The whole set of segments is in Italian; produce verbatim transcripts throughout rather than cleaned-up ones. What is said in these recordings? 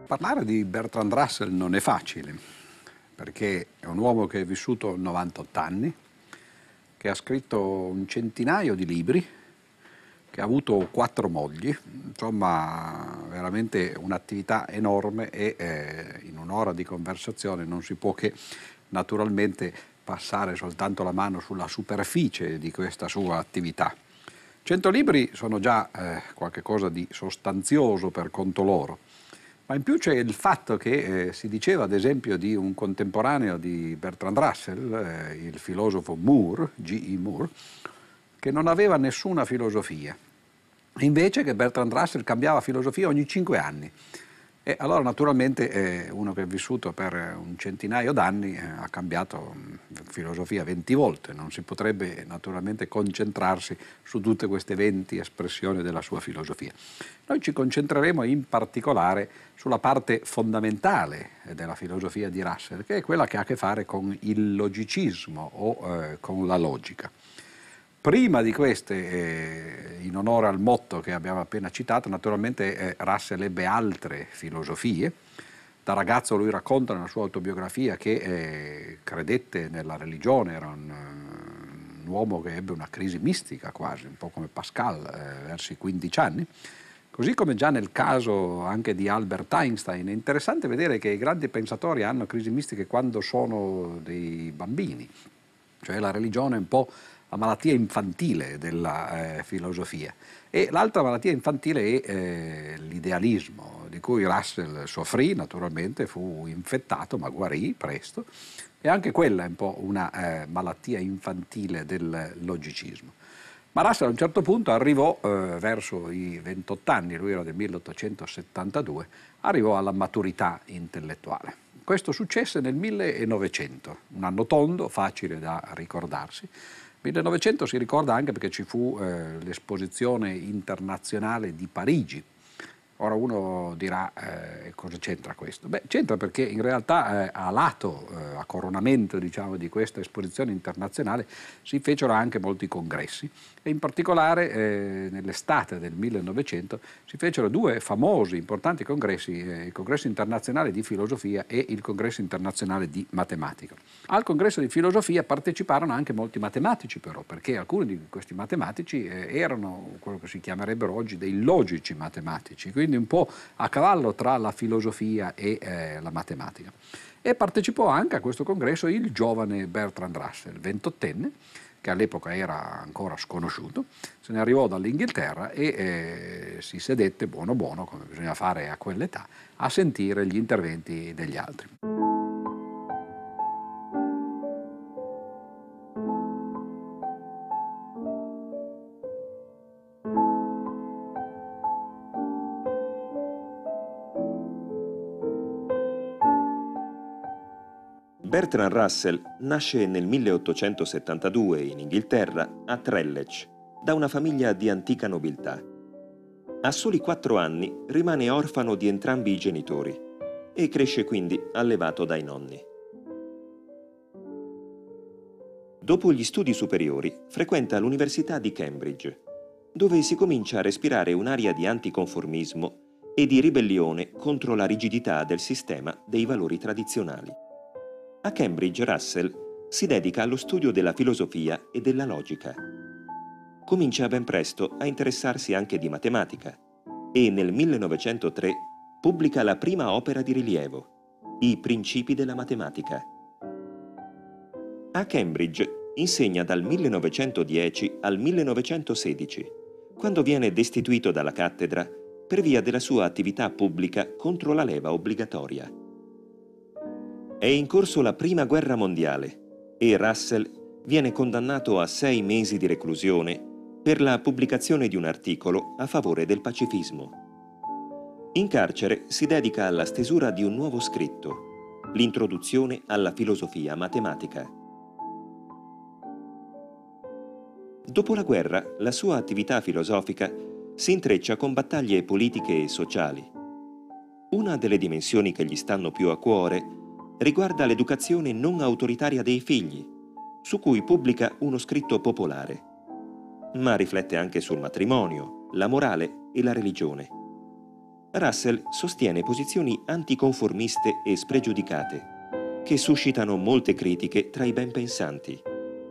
Parlare di Bertrand Russell non è facile, perché è un uomo che è vissuto novantotto anni, che ha scritto un centinaio di libri, che ha avuto quattro mogli, insomma veramente un'attività enorme e eh, in un'ora di conversazione non si può che naturalmente passare soltanto la mano sulla superficie di questa sua attività. Cento libri sono già eh, qualcosa di sostanzioso per conto loro, ma in più c'è il fatto che eh, si diceva ad esempio di un contemporaneo di Bertrand Russell, eh, il filosofo Moore, G E Moore, che non aveva nessuna filosofia, invece che Bertrand Russell cambiava filosofia ogni cinque anni. E allora naturalmente eh, uno che è vissuto per un centinaio d'anni eh, ha cambiato mh, filosofia venti volte, non si potrebbe naturalmente concentrarsi su tutte queste venti espressioni della sua filosofia. Noi ci concentreremo in particolare sulla parte fondamentale della filosofia di Russell, che è quella che ha a che fare con il logicismo o eh, con la logica. Prima di queste, eh, in onore al motto che abbiamo appena citato, naturalmente eh, Russell ebbe altre filosofie. Da ragazzo lui racconta nella sua autobiografia che eh, credette nella religione, era un, un uomo che ebbe una crisi mistica quasi, un po' come Pascal, eh, verso i quindici anni. Così come già nel caso anche di Albert Einstein, è interessante vedere che i grandi pensatori hanno crisi mistiche quando sono dei bambini, cioè la religione è un po' la malattia infantile della eh, filosofia. E l'altra malattia infantile è eh, l'idealismo, di cui Russell soffrì, naturalmente fu infettato, ma guarì presto, e anche quella è un po' una eh, malattia infantile del logicismo. Ma Russell a un certo punto arrivò, eh, verso i ventotto anni, lui era del milleottocentosettantadue, arrivò alla maturità intellettuale. Questo successe nel millenovecento, un anno tondo, facile da ricordarsi. millenovecento si ricorda anche perché ci fu eh, l'esposizione internazionale di Parigi. Ora uno dirà eh, cosa c'entra questo? Beh, c'entra perché in realtà eh, a lato, eh, a coronamento diciamo, di questa esposizione internazionale si fecero anche molti congressi e in particolare eh, nell'estate del millenovecento si fecero due famosi, importanti congressi, eh, il congresso internazionale di filosofia e il congresso internazionale di matematica. Al congresso di filosofia parteciparono anche molti matematici però, perché alcuni di questi matematici eh, erano quello che si chiamerebbero oggi dei logici matematici, quindi un po' a cavallo tra la filosofia e eh, la matematica. E partecipò anche a questo congresso il giovane Bertrand Russell, ventottenne, che all'epoca era ancora sconosciuto, se ne arrivò dall'Inghilterra e eh, si sedette buono buono, come bisogna fare a quell'età, a sentire gli interventi degli altri. Bertrand Russell nasce nel milleottocentosettantadue in Inghilterra a Trellech, da una famiglia di antica nobiltà. A soli quattro anni rimane orfano di entrambi i genitori e cresce quindi allevato dai nonni. Dopo gli studi superiori frequenta l'Università di Cambridge, dove si comincia a respirare un'aria di anticonformismo e di ribellione contro la rigidità del sistema dei valori tradizionali. A Cambridge Russell si dedica allo studio della filosofia e della logica. Comincia ben presto a interessarsi anche di matematica e nel millenovecentotre pubblica la prima opera di rilievo, I Principi della matematica. A Cambridge insegna dal millenovecentodieci al millenovecentosedici, quando viene destituito dalla cattedra per via della sua attività pubblica contro la leva obbligatoria. È in corso la Prima Guerra Mondiale e Russell viene condannato a sei mesi di reclusione per la pubblicazione di un articolo a favore del pacifismo. In carcere si dedica alla stesura di un nuovo scritto, L'introduzione alla filosofia matematica. Dopo la guerra, la sua attività filosofica si intreccia con battaglie politiche e sociali. Una delle dimensioni che gli stanno più a cuore riguarda l'educazione non autoritaria dei figli, su cui pubblica uno scritto popolare, ma riflette anche sul matrimonio, la morale e la religione. Russell sostiene posizioni anticonformiste e spregiudicate, che suscitano molte critiche tra i ben pensanti.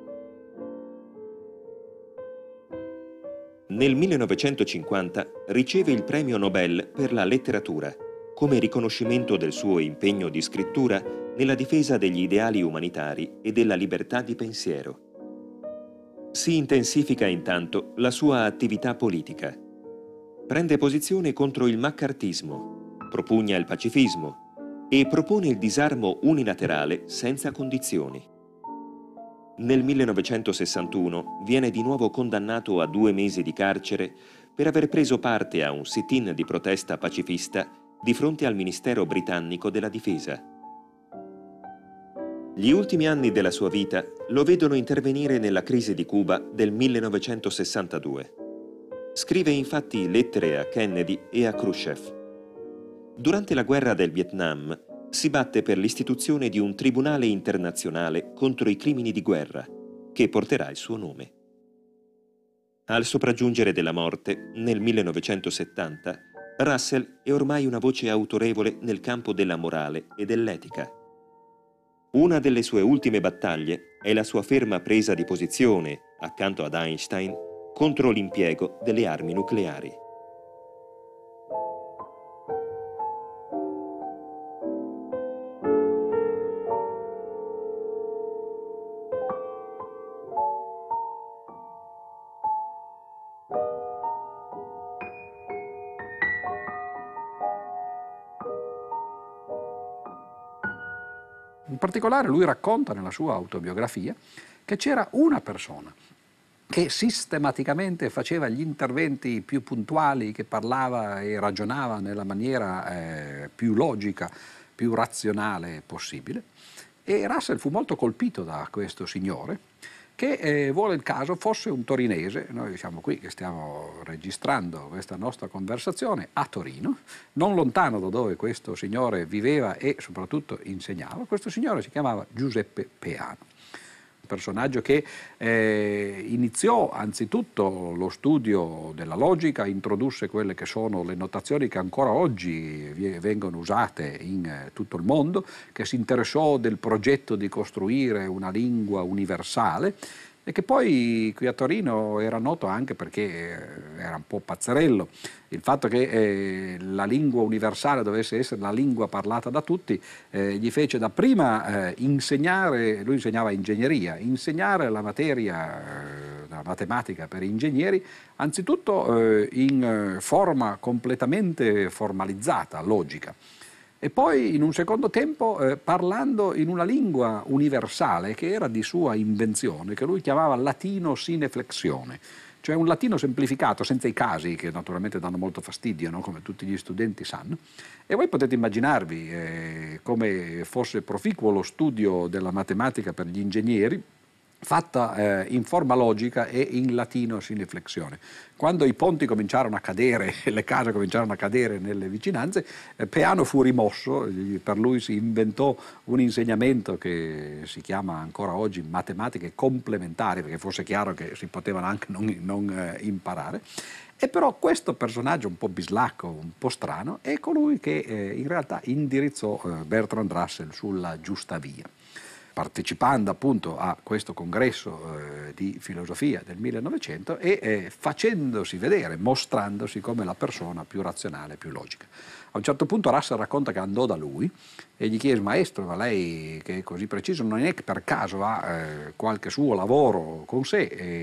Nel millenovecentocinquanta riceve il premio Nobel per la letteratura, come riconoscimento del suo impegno di scrittura nella difesa degli ideali umanitari e della libertà di pensiero. Si intensifica intanto la sua attività politica. Prende posizione contro il maccartismo, propugna il pacifismo e propone il disarmo unilaterale senza condizioni. Nel millenovecentosessantuno viene di nuovo condannato a due mesi di carcere per aver preso parte a un sit-in di protesta pacifista di fronte al Ministero britannico della Difesa. Gli ultimi anni della sua vita lo vedono intervenire nella crisi di Cuba del millenovecentosessantadue. Scrive infatti lettere a Kennedy e a Khrushchev. Durante la guerra del Vietnam si batte per l'istituzione di un tribunale internazionale contro i crimini di guerra, che porterà il suo nome. Al sopraggiungere della morte, nel millenovecentosettanta, Russell è ormai una voce autorevole nel campo della morale e dell'etica. Una delle sue ultime battaglie è la sua ferma presa di posizione, accanto ad Einstein, contro l'impiego delle armi nucleari. In particolare lui racconta nella sua autobiografia che c'era una persona che sistematicamente faceva gli interventi più puntuali, che parlava e ragionava nella maniera eh, più logica, più razionale possibile. E Russell fu molto colpito da questo signore, che eh, vuole il caso fosse un torinese. Noi siamo qui che stiamo registrando questa nostra conversazione a Torino, non lontano da dove questo signore viveva e soprattutto insegnava. Questo signore si chiamava Giuseppe Peano. Personaggio che eh, iniziò anzitutto lo studio della logica, introdusse quelle che sono le notazioni che ancora oggi vengono usate in eh, tutto il mondo, che si interessò del progetto di costruire una lingua universale e che poi qui a Torino era noto anche perché era un po' pazzerello. Il fatto che eh, la lingua universale dovesse essere la lingua parlata da tutti eh, gli fece dapprima eh, insegnare, lui insegnava ingegneria, insegnare la materia, eh, la matematica per ingegneri, anzitutto eh, in forma completamente formalizzata, logica. E poi in un secondo tempo eh, parlando in una lingua universale che era di sua invenzione, che lui chiamava latino sine flexione, cioè un latino semplificato, senza i casi che naturalmente danno molto fastidio, no? Come tutti gli studenti sanno. E voi potete immaginarvi eh, come fosse proficuo lo studio della matematica per gli ingegneri, fatta eh, in forma logica e in latino sine flexione. Quando i ponti cominciarono a cadere e le case cominciarono a cadere nelle vicinanze, eh, Peano fu rimosso. Per lui si inventò un insegnamento che si chiama ancora oggi matematiche complementari, perché fosse chiaro che si potevano anche non, non eh, imparare. E però questo personaggio un po' bislacco, un po' strano, è colui che eh, in realtà indirizzò eh, Bertrand Russell sulla giusta via. Partecipando appunto a questo congresso eh, di filosofia del millenovecento e eh, facendosi vedere, mostrandosi come la persona più razionale, più logica. A un certo punto Russell racconta che andò da lui e gli chiese: maestro, ma lei che è così preciso, non è che per caso ha eh, qualche suo lavoro con sé?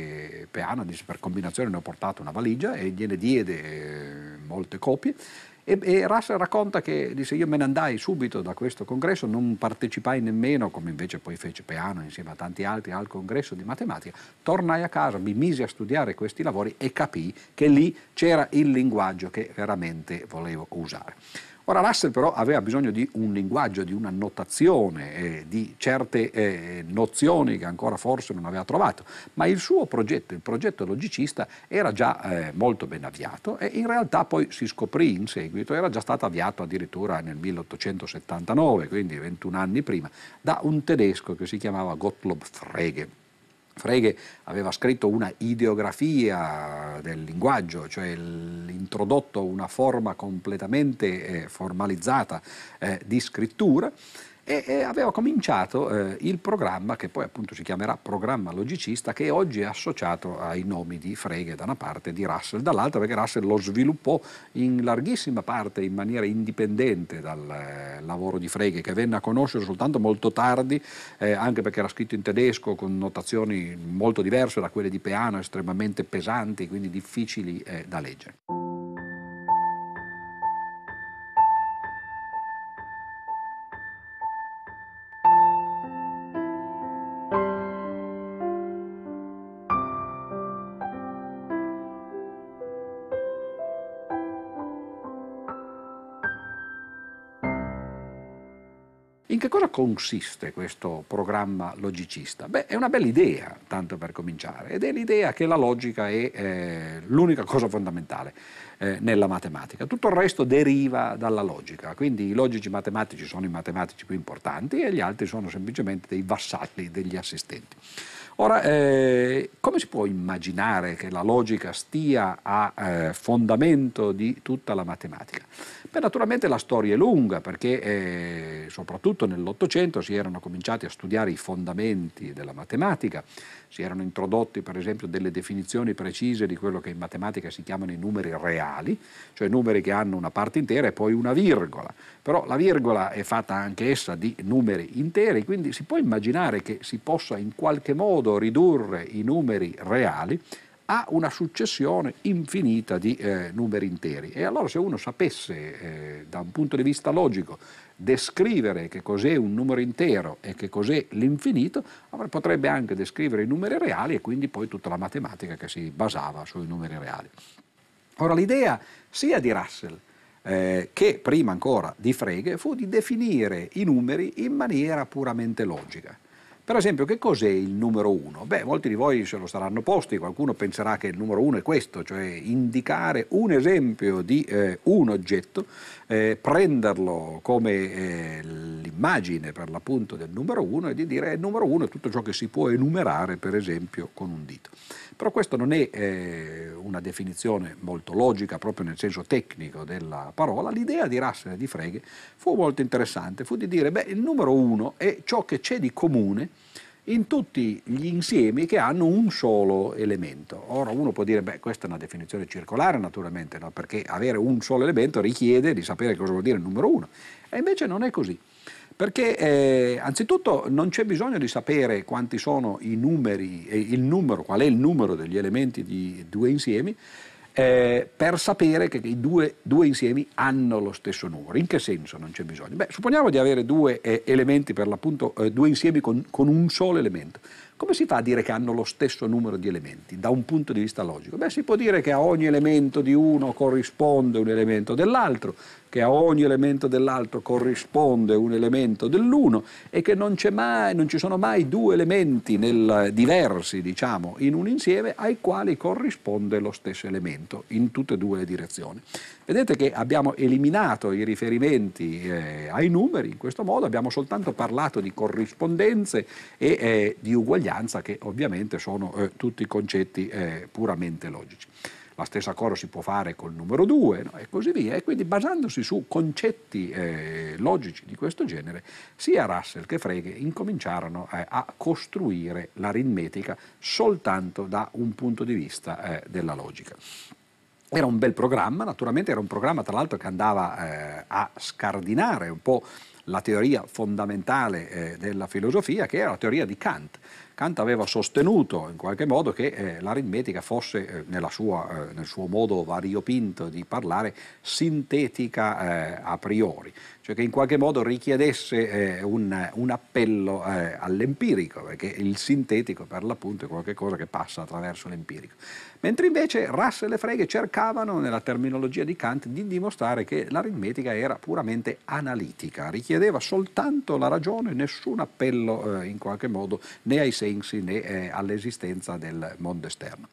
E Peano disse: per combinazione ne ho portato una valigia, e gliene diede eh, molte copie. E, e Russell racconta che disse: io me ne andai subito da questo congresso, non partecipai nemmeno, come invece poi fece Peano insieme a tanti altri, al congresso di matematica. Tornai a casa, mi misi a studiare questi lavori e capii che lì c'era il linguaggio che veramente volevo usare. Ora Russell però aveva bisogno di un linguaggio, di una notazione, eh, di certe eh, nozioni che ancora forse non aveva trovato, ma il suo progetto, il progetto logicista, era già eh, molto ben avviato e in realtà poi si scoprì in seguito, era già stato avviato addirittura nel milleottocentosettantanove, quindi ventuno anni prima, da un tedesco che si chiamava Gottlob Frege. Frege aveva scritto una ideografia del linguaggio, cioè introdotto una forma completamente eh, formalizzata eh, di scrittura, e, e aveva cominciato eh, il programma, che poi appunto si chiamerà programma logicista, che oggi è associato ai nomi di Frege da una parte e di Russell dall'altra, perché Russell lo sviluppò in larghissima parte in maniera indipendente dal eh, lavoro di Frege, che venne a conoscere soltanto molto tardi, eh, anche perché era scritto in tedesco con notazioni molto diverse da quelle di Peano, estremamente pesanti, quindi difficili eh, da leggere. In che cosa consiste questo programma logicista? Beh, è una bella idea, tanto per cominciare, ed è l'idea che la logica è eh, l'unica cosa fondamentale eh, nella matematica. Tutto il resto deriva dalla logica, quindi i logici matematici sono i matematici più importanti e gli altri sono semplicemente dei vassalli, degli assistenti. Ora, eh, come si può immaginare che la logica stia a eh, fondamento di tutta la matematica? Beh, naturalmente la storia è lunga, perché eh, soprattutto nell'Ottocento si erano cominciati a studiare i fondamenti della matematica, si erano introdotti per esempio delle definizioni precise di quello che in matematica si chiamano i numeri reali, cioè numeri che hanno una parte intera e poi una virgola, però la virgola è fatta anche essa di numeri interi, quindi si può immaginare che si possa in qualche modo ridurre i numeri reali a una successione infinita di eh, numeri interi. E allora se uno sapesse eh, da un punto di vista logico descrivere che cos'è un numero intero e che cos'è l'infinito, allora potrebbe anche descrivere i numeri reali e quindi poi tutta la matematica che si basava sui numeri reali. Ora l'idea sia di Russell eh, che prima ancora di Frege fu di definire i numeri in maniera puramente logica. Per esempio, che cos'è il numero uno? Beh, molti di voi se lo saranno posti, qualcuno penserà che il numero uno è questo, cioè indicare un esempio di eh, un oggetto, eh, prenderlo come eh, l'immagine per l'appunto del numero uno e di dire il numero uno è tutto ciò che si può enumerare, per esempio, con un dito. Però questo non è eh, una definizione molto logica, proprio nel senso tecnico della parola. L'idea di Russell e di Frege fu molto interessante, fu di dire, beh, il numero uno è ciò che c'è di comune in tutti gli insiemi che hanno un solo elemento. Ora uno può dire, beh, questa è una definizione circolare naturalmente, no? Perché avere un solo elemento richiede di sapere cosa vuol dire il numero uno. E invece non è così. Perché eh, anzitutto non c'è bisogno di sapere quanti sono i numeri, eh, il numero, qual è il numero degli elementi di due insiemi, eh, per sapere che i due, due insiemi hanno lo stesso numero. In che senso non c'è bisogno? Beh, supponiamo di avere due eh, elementi, per l'appunto eh, due insiemi con, con un solo elemento. Come si fa a dire che hanno lo stesso numero di elementi da un punto di vista logico? Beh, si può dire che a ogni elemento di uno corrisponde un elemento dell'altro, che a ogni elemento dell'altro corrisponde un elemento dell'uno e che non c'è mai, non ci sono mai due elementi nel, diversi, diciamo, in un insieme ai quali corrisponde lo stesso elemento in tutte e due le direzioni. Vedete che abbiamo eliminato i riferimenti eh, ai numeri, in questo modo abbiamo soltanto parlato di corrispondenze e eh, di uguaglianza, che ovviamente sono eh, tutti concetti eh, puramente logici. La stessa cosa si può fare col numero due, no? E così via, e quindi basandosi su concetti eh, logici di questo genere, sia Russell che Frege incominciarono eh, a costruire l'aritmetica soltanto da un punto di vista eh, della logica. Era un bel programma, naturalmente era un programma tra l'altro che andava eh, a scardinare un po' la teoria fondamentale eh, della filosofia, che era la teoria di Kant. Kant aveva sostenuto in qualche modo che eh, l'aritmetica fosse, eh, nella sua, eh, nel suo modo variopinto di parlare, sintetica eh, a priori, cioè che in qualche modo richiedesse eh, un, un appello eh, all'empirico, perché il sintetico per l'appunto è qualcosa che passa attraverso l'empirico. Mentre invece Russell e Frege cercavano, nella terminologia di Kant, di dimostrare che l'aritmetica era puramente analitica, richiedeva soltanto la ragione, nessun appello eh, in qualche modo né ai sensi né eh, all'esistenza del mondo esterno.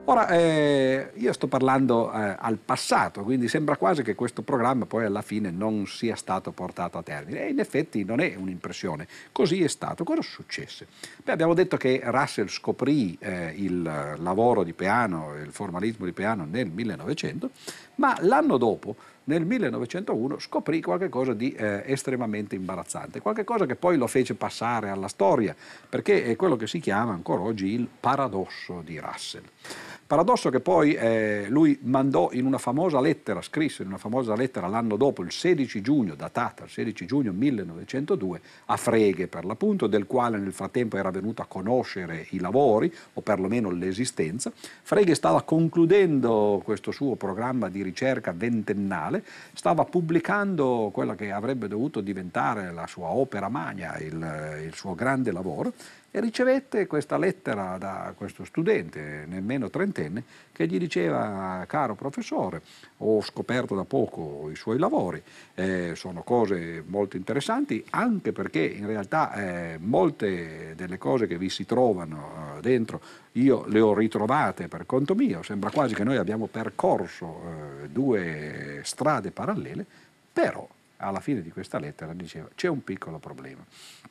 Ora, eh, io sto parlando eh, al passato, quindi sembra quasi che questo programma poi alla fine non sia stato portato a termine, e in effetti non è un'impressione, così è stato. Cosa successe? Beh, abbiamo detto che Russell scoprì eh, il lavoro di Peano, il formalismo di Peano nel millenovecento, ma l'anno dopo, nel millenovecentouno, scoprì qualcosa di eh, estremamente imbarazzante, qualcosa che poi lo fece passare alla storia, perché è quello che si chiama ancora oggi il paradosso di Russell. Paradosso che poi eh, lui mandò in una famosa lettera, scrisse in una famosa lettera l'anno dopo, il sedici giugno, datata il sedici giugno millenovecentodue, a Frege per l'appunto, del quale nel frattempo era venuto a conoscere i lavori, o perlomeno l'esistenza. Frege stava concludendo questo suo programma di ricerca ventennale, stava pubblicando quella che avrebbe dovuto diventare la sua opera magna, il, il suo grande lavoro, e ricevette questa lettera da questo studente, nemmeno trentenne, che gli diceva: caro professore, ho scoperto da poco i suoi lavori, eh, sono cose molto interessanti, anche perché in realtà eh, molte delle cose che vi si trovano eh, dentro io le ho ritrovate per conto mio, sembra quasi che noi abbiamo percorso eh, due strade parallele, però alla fine di questa lettera diceva: c'è un piccolo problema.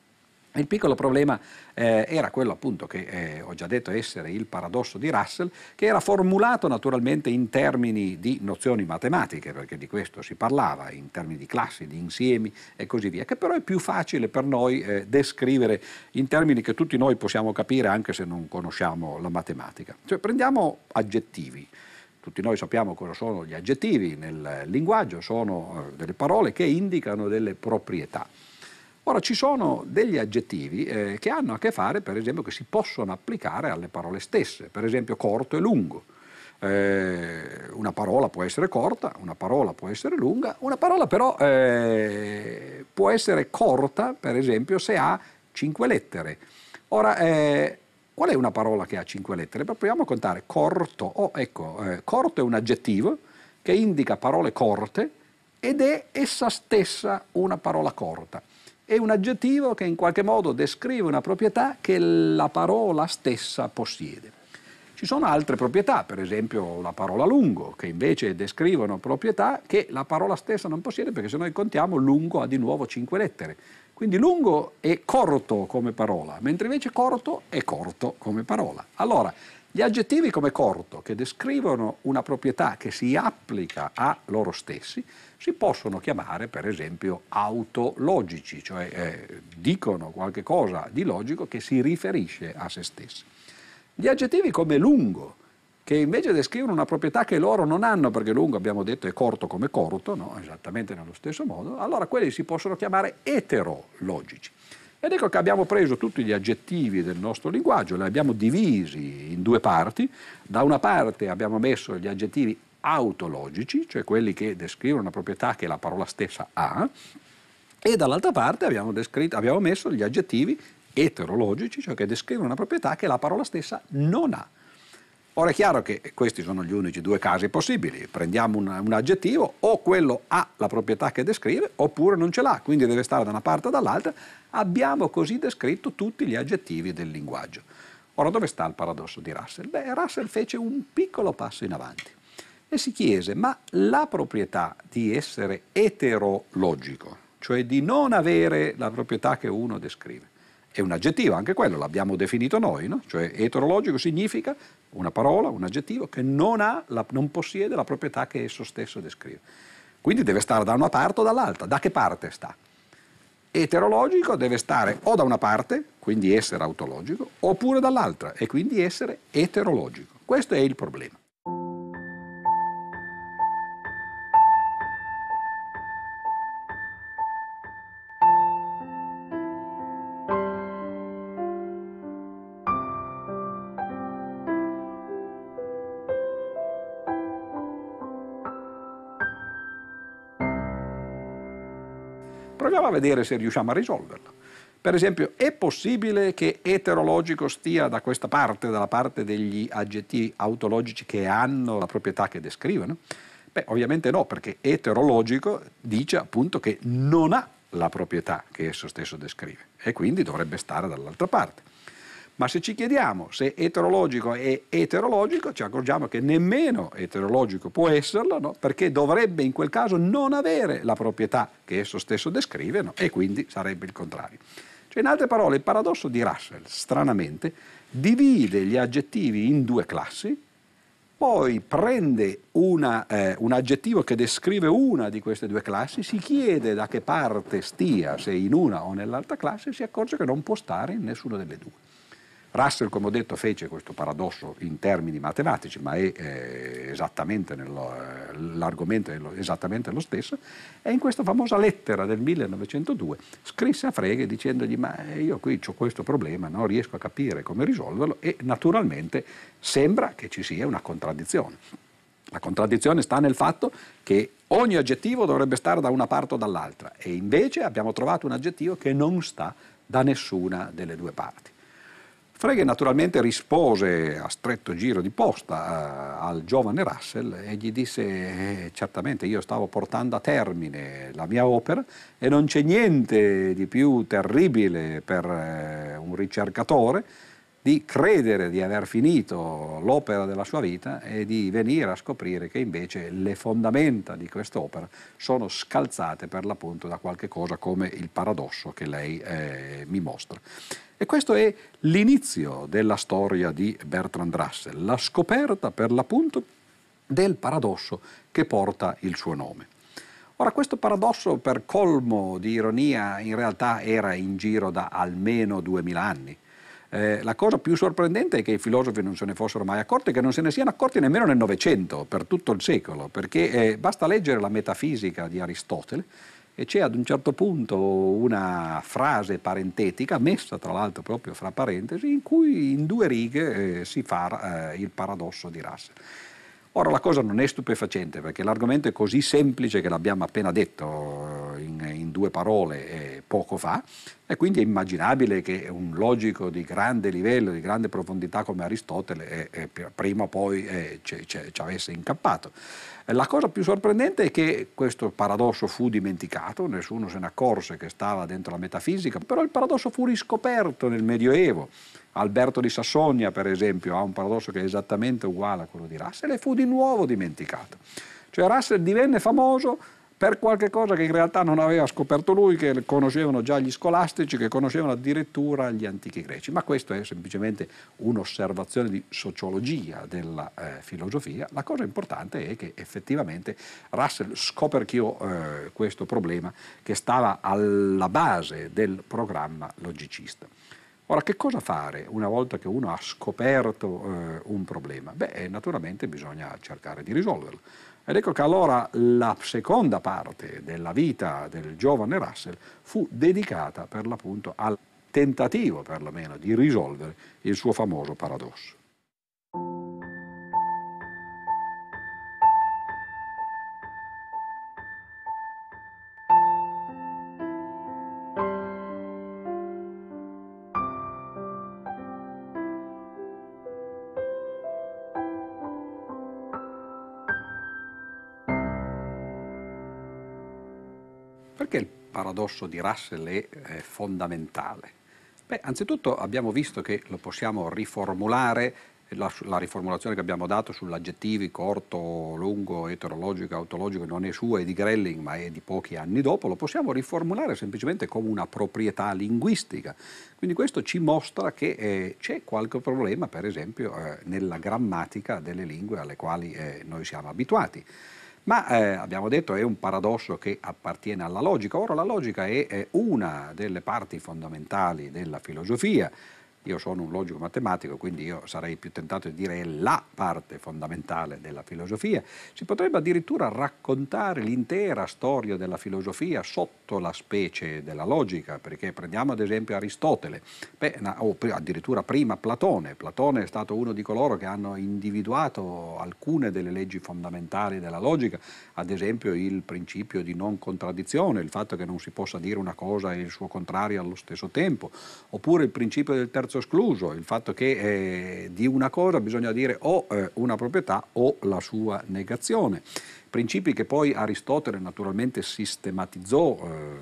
Il piccolo problema eh, era quello appunto che eh, ho già detto essere il paradosso di Russell, che era formulato naturalmente in termini di nozioni matematiche, perché di questo si parlava, in termini di classi, di insiemi e così via, che però è più facile per noi eh, descrivere in termini che tutti noi possiamo capire anche se non conosciamo la matematica. Cioè, prendiamo aggettivi. Tutti noi sappiamo cosa sono gli aggettivi nel linguaggio, sono eh, delle parole che indicano delle proprietà. Ora, ci sono degli aggettivi eh, che hanno a che fare, per esempio, che si possono applicare alle parole stesse, per esempio corto e lungo. Eh, una parola può essere corta, una parola può essere lunga, una parola però eh, può essere corta, per esempio, se ha cinque lettere. Ora, eh, qual è una parola che ha cinque lettere? Proviamo a contare. Corto, oh, ecco, eh, corto è un aggettivo che indica parole corte ed è essa stessa una parola corta. È un aggettivo che in qualche modo descrive una proprietà che la parola stessa possiede. Ci sono altre proprietà, per esempio la parola lungo, che invece descrivono proprietà che la parola stessa non possiede, perché se noi contiamo lungo ha di nuovo cinque lettere. Quindi lungo è corto come parola, mentre invece corto è corto come parola. Allora, gli aggettivi come corto, che descrivono una proprietà che si applica a loro stessi, si possono chiamare per esempio autologici, cioè eh, dicono qualche cosa di logico che si riferisce a se stessi. Gli aggettivi come lungo, che invece descrivono una proprietà che loro non hanno, perché lungo abbiamo detto è corto come corto, no? Esattamente nello stesso modo, allora quelli si possono chiamare eterologici. Ed ecco che abbiamo preso tutti gli aggettivi del nostro linguaggio, li abbiamo divisi in due parti. Da una parte abbiamo messo gli aggettivi autologici, cioè quelli che descrivono una proprietà che la parola stessa ha, e dall'altra parte abbiamo, descritto, abbiamo messo gli aggettivi eterologici, cioè che descrivono una proprietà che la parola stessa non ha. Ora è chiaro che questi sono gli unici due casi possibili: prendiamo un, un aggettivo, o quello ha la proprietà che descrive oppure non ce l'ha, quindi deve stare da una parte o dall'altra. Abbiamo così descritto tutti gli aggettivi del linguaggio. Ora, dove sta il paradosso di Russell? Beh, Russell fece un piccolo passo in avanti e si chiese: ma la proprietà di essere eterologico, cioè di non avere la proprietà che uno descrive, è un aggettivo, anche quello l'abbiamo definito noi, no? Cioè eterologico significa una parola, un aggettivo che non ha, la, non possiede la proprietà che esso stesso descrive. Quindi deve stare da una parte o dall'altra. Da che parte sta? Eterologico deve stare o da una parte, quindi essere autologico, oppure dall'altra, e quindi essere eterologico. Questo è il problema. Proviamo a vedere se riusciamo a risolverlo. Per esempio, è possibile che eterologico stia da questa parte, dalla parte degli aggettivi autologici che hanno la proprietà che descrivono? Beh, ovviamente no, perché eterologico dice appunto che non ha la proprietà che esso stesso descrive e quindi dovrebbe stare dall'altra parte. Ma se ci chiediamo se eterologico è eterologico, ci accorgiamo che nemmeno eterologico può esserlo, no? Perché dovrebbe in quel caso non avere la proprietà che esso stesso descrive, no? E quindi sarebbe il contrario. Cioè, in altre parole, il paradosso di Russell, stranamente, divide gli aggettivi in due classi, poi prende una, eh, un aggettivo che descrive una di queste due classi, si chiede da che parte stia, se in una o nell'altra classe, e si accorge che non può stare in nessuna delle due. Russell, come ho detto, fece questo paradosso in termini matematici, ma è eh, esattamente nello, eh, l'argomento è lo, esattamente lo stesso, e in questa famosa lettera del millenovecentodue scrisse a Frege dicendogli: ma io qui ho questo problema, non riesco a capire come risolverlo, e naturalmente sembra che ci sia una contraddizione. La contraddizione sta nel fatto che ogni aggettivo dovrebbe stare da una parte o dall'altra, e invece abbiamo trovato un aggettivo che non sta da nessuna delle due parti. Frege naturalmente rispose a stretto giro di posta uh, al giovane Russell e gli disse: eh, certamente io stavo portando a termine la mia opera e non c'è niente di più terribile per uh, un ricercatore di credere di aver finito l'opera della sua vita e di venire a scoprire che invece le fondamenta di quest'opera sono scalzate per l'appunto da qualche cosa come il paradosso che lei eh, mi mostra. E questo è l'inizio della storia di Bertrand Russell, la scoperta per l'appunto del paradosso che porta il suo nome. Ora, questo paradosso, per colmo di ironia, in realtà era in giro da almeno duemila anni. Eh, la cosa più sorprendente è che i filosofi non se ne fossero mai accorti, che non se ne siano accorti nemmeno nel Novecento, per tutto il secolo, perché eh, basta leggere la Metafisica di Aristotele, e c'è ad un certo punto una frase parentetica, messa tra l'altro proprio fra parentesi, in cui in due righe eh, si fa eh, il paradosso di Russell. Ora, la cosa non è stupefacente, perché l'argomento è così semplice che l'abbiamo appena detto in, in due parole eh, poco fa, e quindi è immaginabile che un logico di grande livello, di grande profondità come Aristotele eh, eh, prima o poi eh, ci, ci, ci avesse incappato. La cosa più sorprendente è che questo paradosso fu dimenticato, nessuno se ne accorse che stava dentro la metafisica, però il paradosso fu riscoperto nel Medioevo. Alberto di Sassonia, per esempio, ha un paradosso che è esattamente uguale a quello di Russell e fu di nuovo dimenticato. Cioè Russell divenne famoso per qualche cosa che in realtà non aveva scoperto lui, che conoscevano già gli scolastici, che conoscevano addirittura gli antichi greci. Ma questo è semplicemente un'osservazione di sociologia della eh, filosofia. La cosa importante è che effettivamente Russell scoperchiò eh, questo problema che stava alla base del programma logicista. Ora, che cosa fare una volta che uno ha scoperto eh, un problema? Beh, naturalmente bisogna cercare di risolverlo. Ed ecco che allora la seconda parte della vita del giovane Russell fu dedicata per l'appunto al tentativo, perlomeno, di risolvere il suo famoso paradosso. Perché il paradosso di Russell è, è fondamentale? Beh, anzitutto abbiamo visto che lo possiamo riformulare, la, la riformulazione che abbiamo dato sull'aggettivi corto, lungo, eterologico, autologico non è sua, è di Grelling, ma è di pochi anni dopo, lo possiamo riformulare semplicemente come una proprietà linguistica. Quindi questo ci mostra che eh, c'è qualche problema, per esempio, eh, nella grammatica delle lingue alle quali eh, noi siamo abituati. Ma eh, abbiamo detto è un paradosso che appartiene alla logica. Ora la logica è, è una delle parti fondamentali della filosofia. Io sono un logico matematico, quindi io sarei più tentato di dire è la parte fondamentale della filosofia. Si potrebbe addirittura raccontare l'intera storia della filosofia sotto la specie della logica, perché prendiamo ad esempio Aristotele, beh, o addirittura prima Platone. Platone è stato uno di coloro che hanno individuato alcune delle leggi fondamentali della logica, ad esempio il principio di non contraddizione, il fatto che non si possa dire una cosa e il suo contrario allo stesso tempo, oppure il principio del terzo escluso, il fatto che eh, di una cosa bisogna dire o eh, una proprietà o la sua negazione. Principi che poi Aristotele naturalmente sistematizzò eh,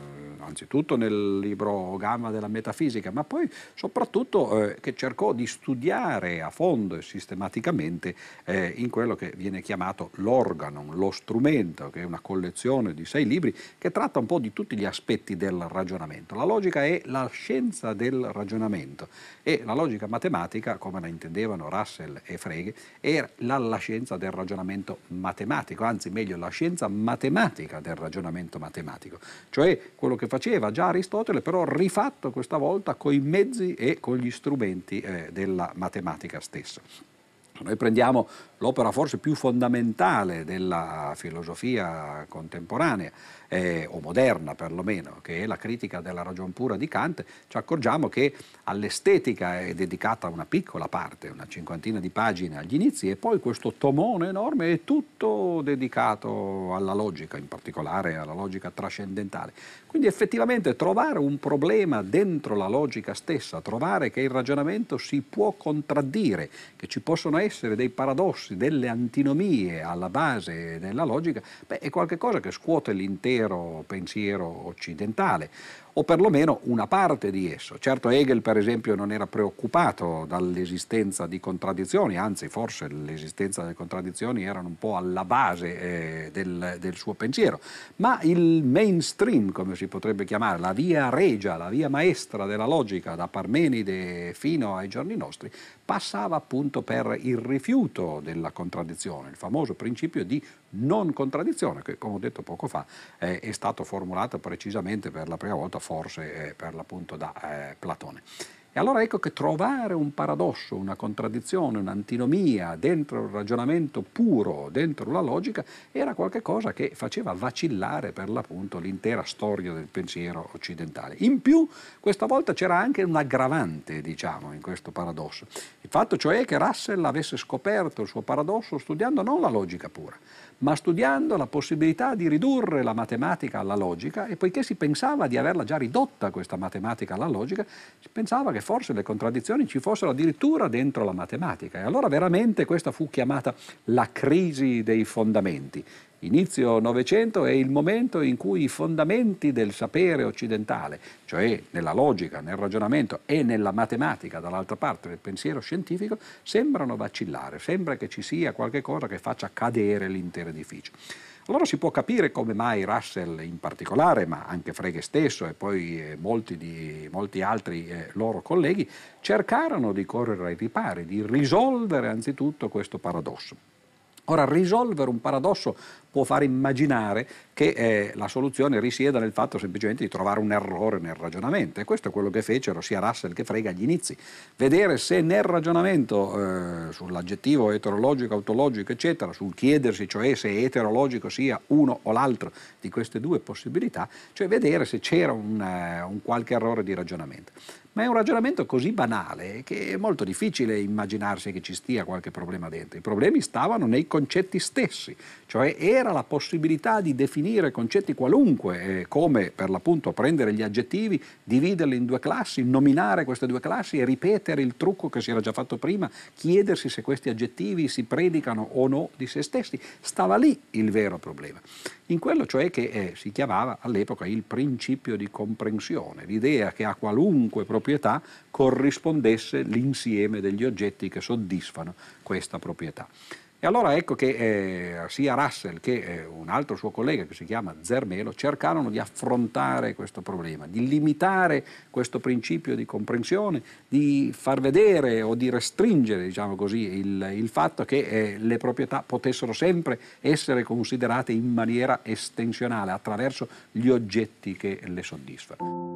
anzitutto nel libro Gamma della metafisica, ma poi soprattutto eh, che cercò di studiare a fondo e sistematicamente eh, in quello che viene chiamato l'organon, lo strumento, che è una collezione di sei libri che tratta un po' di tutti gli aspetti del ragionamento. La logica è la scienza del ragionamento e la logica matematica, come la intendevano Russell e Frege, era la, la scienza del ragionamento matematico, anzi meglio la scienza matematica del ragionamento matematico, cioè quello che faceva già Aristotele, però rifatto questa volta con i mezzi e con gli strumenti eh, della matematica stessa. Noi prendiamo l'opera forse più fondamentale della filosofia contemporanea, eh, o moderna perlomeno, che è la critica della ragion pura di Kant, ci accorgiamo che all'estetica è dedicata una piccola parte, una cinquantina di pagine agli inizi, e poi questo tomone enorme è tutto dedicato alla logica, in particolare alla logica trascendentale. Quindi effettivamente trovare un problema dentro la logica stessa, trovare che il ragionamento si può contraddire, che ci possono essere dei paradossi, delle antinomie alla base della logica, beh, è qualcosa che scuote l'intero pensiero occidentale, o perlomeno una parte di esso. Certo, Hegel per esempio non era preoccupato dall'esistenza di contraddizioni, anzi forse l'esistenza delle contraddizioni erano un po' alla base eh, del, del suo pensiero, ma il mainstream, come si potrebbe chiamare, la via regia, la via maestra della logica da Parmenide fino ai giorni nostri, passava appunto per il rifiuto della contraddizione, il famoso principio di non contraddizione che, come ho detto poco fa, eh, è stato formulato precisamente per la prima volta forse eh, per l'appunto da eh, Platone. E allora ecco che trovare un paradosso, una contraddizione, un'antinomia dentro il ragionamento puro, dentro la logica, era qualcosa che faceva vacillare per l'appunto l'intera storia del pensiero occidentale. In più, questa volta c'era anche un aggravante, diciamo, in questo paradosso. Il fatto cioè che Russell avesse scoperto il suo paradosso studiando non la logica pura, ma studiando la possibilità di ridurre la matematica alla logica, e poiché si pensava di averla già ridotta questa matematica alla logica, si pensava che forse le contraddizioni ci fossero addirittura dentro la matematica. E allora veramente questa fu chiamata la crisi dei fondamenti. Inizio Novecento è il momento in cui i fondamenti del sapere occidentale, cioè nella logica, nel ragionamento e nella matematica, dall'altra parte del pensiero scientifico, sembrano vacillare, sembra che ci sia qualche cosa che faccia cadere l'intero edificio. Allora si può capire come mai Russell in particolare, ma anche Frege stesso e poi eh, molti, di, molti altri eh, loro colleghi, cercarono di correre ai ripari, di risolvere anzitutto questo paradosso. Ora, risolvere un paradosso può far immaginare che eh, la soluzione risieda nel fatto semplicemente di trovare un errore nel ragionamento, e questo è quello che fecero sia Russell che Frege agli inizi, vedere se nel ragionamento eh, sull'aggettivo eterologico, autologico, eccetera, sul chiedersi cioè se eterologico sia uno o l'altro di queste due possibilità, cioè vedere se c'era un, uh, un qualche errore di ragionamento. Ma è un ragionamento così banale che è molto difficile immaginarsi che ci stia qualche problema dentro. I problemi stavano nei concetti stessi, cioè era la possibilità di definire concetti qualunque, eh, come per l'appunto prendere gli aggettivi, dividerli in due classi, nominare queste due classi e ripetere il trucco che si era già fatto prima, chiedersi se questi aggettivi si predicano o no di se stessi. Stava lì il vero problema. In quello cioè che eh, si chiamava all'epoca il principio di comprensione, l'idea che a qualunque proprietà corrispondesse l'insieme degli oggetti che soddisfano questa proprietà. E allora ecco che eh, sia Russell che eh, un altro suo collega che si chiama Zermelo cercarono di affrontare questo problema, di limitare questo principio di comprensione, di far vedere o di restringere, diciamo così, il, il fatto che eh, le proprietà potessero sempre essere considerate in maniera estensionale attraverso gli oggetti che le soddisfano.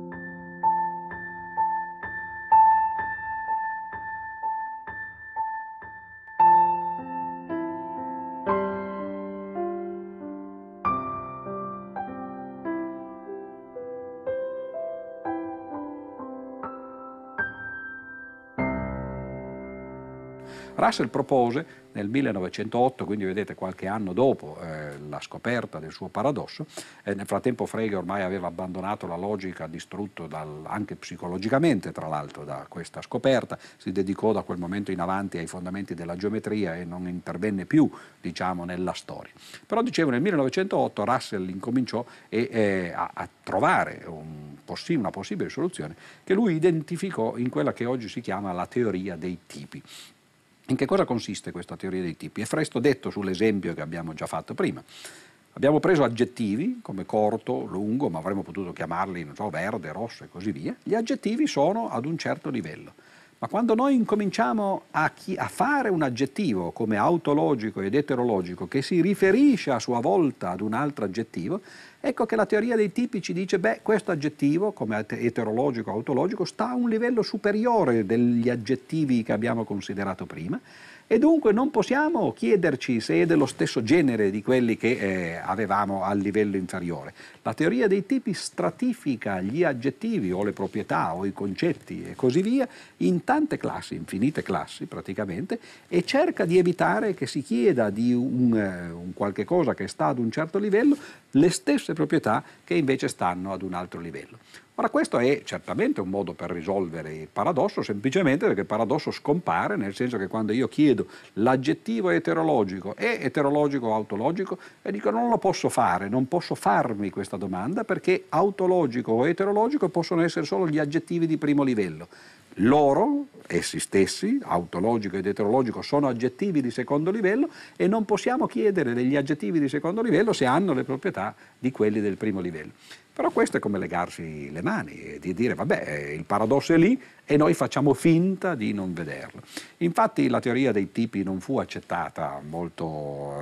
Russell propose nel millenovecentotto, quindi vedete qualche anno dopo eh, la scoperta del suo paradosso, eh, nel frattempo Frege ormai aveva abbandonato la logica, distrutto dal, anche psicologicamente tra l'altro da questa scoperta, si dedicò da quel momento in avanti ai fondamenti della geometria e non intervenne più, diciamo, nella storia. Però dicevo, nel millenovecentotto Russell incominciò e, eh, a, a trovare un possi- una possibile soluzione che lui identificò in quella che oggi si chiama la teoria dei tipi. In che cosa consiste questa teoria dei tipi? È presto detto sull'esempio che abbiamo già fatto prima. Abbiamo preso aggettivi come corto, lungo, ma avremmo potuto chiamarli, non so, verde, rosso e così via. Gli aggettivi sono ad un certo livello. Ma quando noi incominciamo a, chi, a fare un aggettivo come autologico ed eterologico che si riferisce a sua volta ad un altro aggettivo, ecco che la teoria dei tipi ci dice, beh, questo aggettivo, come eterologico o autologico, sta a un livello superiore degli aggettivi che abbiamo considerato prima, e dunque non possiamo chiederci se è dello stesso genere di quelli che eh, avevamo al livello inferiore. La teoria dei tipi stratifica gli aggettivi o le proprietà o i concetti e così via in tante classi, infinite classi praticamente, e cerca di evitare che si chieda di un, eh, un qualche cosa che sta ad un certo livello le stesse proprietà che invece stanno ad un altro livello. Ora, questo è certamente un modo per risolvere il paradosso, semplicemente perché il paradosso scompare, nel senso che quando io chiedo l'aggettivo eterologico è eterologico o autologico, e dico non lo posso fare, non posso farmi questa domanda perché autologico o eterologico possono essere solo gli aggettivi di primo livello. Loro, essi stessi, autologico ed eterologico, sono aggettivi di secondo livello e non possiamo chiedere degli aggettivi di secondo livello se hanno le proprietà di quelli del primo livello. Però questo è come legarsi le mani e di dire vabbè, il paradosso è lì e noi facciamo finta di non vederlo. Infatti la teoria dei tipi non fu accettata molto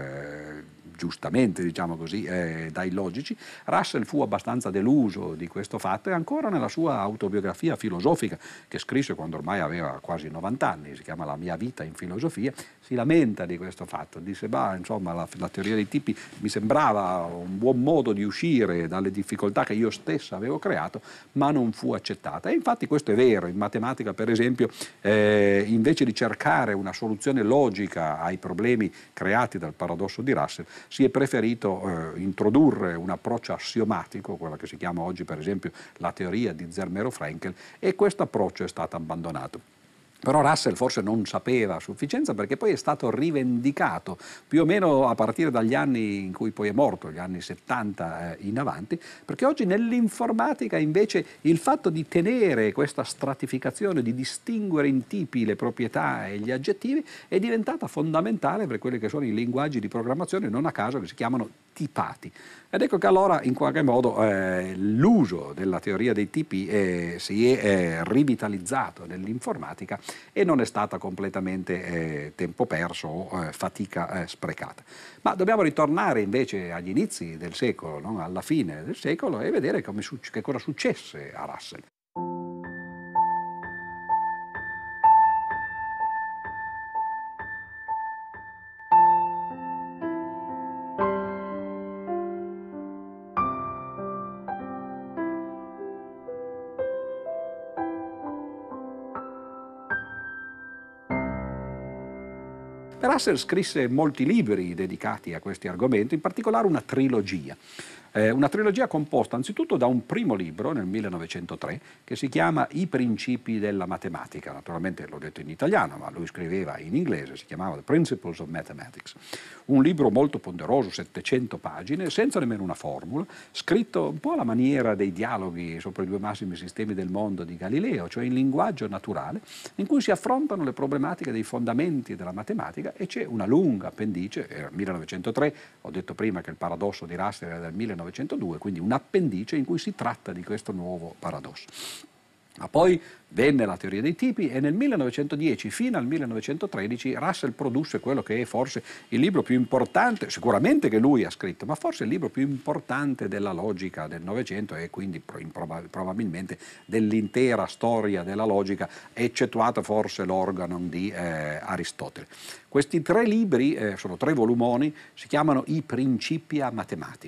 eh, giustamente, diciamo così, eh, dai logici. Russell fu abbastanza deluso di questo fatto e ancora nella sua autobiografia filosofica, che scrisse quando ormai aveva quasi novanta anni, si chiama La mia vita in filosofia, si lamenta di questo fatto. Disse, bah, insomma, la, la teoria dei tipi mi sembrava un buon modo di uscire dalle difficoltà che io stesso avevo creato, ma non fu accettata. E infatti questo è vero. In matematica, per esempio, eh, invece di cercare una soluzione logica ai problemi creati dal paradosso di Russell, si è preferito eh, introdurre un approccio assiomatico, quello che si chiama oggi per esempio la teoria di Zermelo-Fraenkel, e questo approccio è stato abbandonato. Però Russell forse non sapeva a sufficienza, perché poi è stato rivendicato più o meno a partire dagli anni in cui poi è morto, gli anni settanta eh, in avanti, perché oggi nell'informatica invece il fatto di tenere questa stratificazione, di distinguere in tipi le proprietà e gli aggettivi è diventata fondamentale per quelli che sono i linguaggi di programmazione, non a caso che si chiamano tipati. Ed ecco che allora in qualche modo eh, l'uso della teoria dei tipi eh, si è eh, rivitalizzato nell'informatica e non è stata completamente eh, tempo perso o eh, fatica eh, sprecata. Ma dobbiamo ritornare invece agli inizi del secolo, no? Alla fine del secolo, e vedere come, che cosa successe a Russell. Russell scrisse molti libri dedicati a questi argomenti, in particolare una trilogia. Eh, una trilogia composta anzitutto da un primo libro nel millenovecentotre che si chiama I principi della matematica. Naturalmente l'ho detto in italiano, ma lui scriveva in inglese, si chiamava The Principles of Mathematics. Un libro molto ponderoso, settecento pagine, senza nemmeno una formula, scritto un po' alla maniera dei dialoghi sopra i due massimi sistemi del mondo di Galileo, cioè in linguaggio naturale, in cui si affrontano le problematiche dei fondamenti della matematica, e c'è una lunga appendice, era millenovecentotre, ho detto prima che il paradosso di Russell era del millenovecentodue, quindi un appendice in cui si tratta di questo nuovo paradosso. Ma poi venne la teoria dei tipi e nel millenovecentodieci fino al millenovecentotredici Russell produsse quello che è forse il libro più importante, sicuramente che lui ha scritto, ma forse il libro più importante della logica del Novecento e quindi probabilmente dell'intera storia della logica, eccettuato forse l'Organon di eh, Aristotele. Questi tre libri, eh, sono tre volumoni, si chiamano I Principia Mathematica.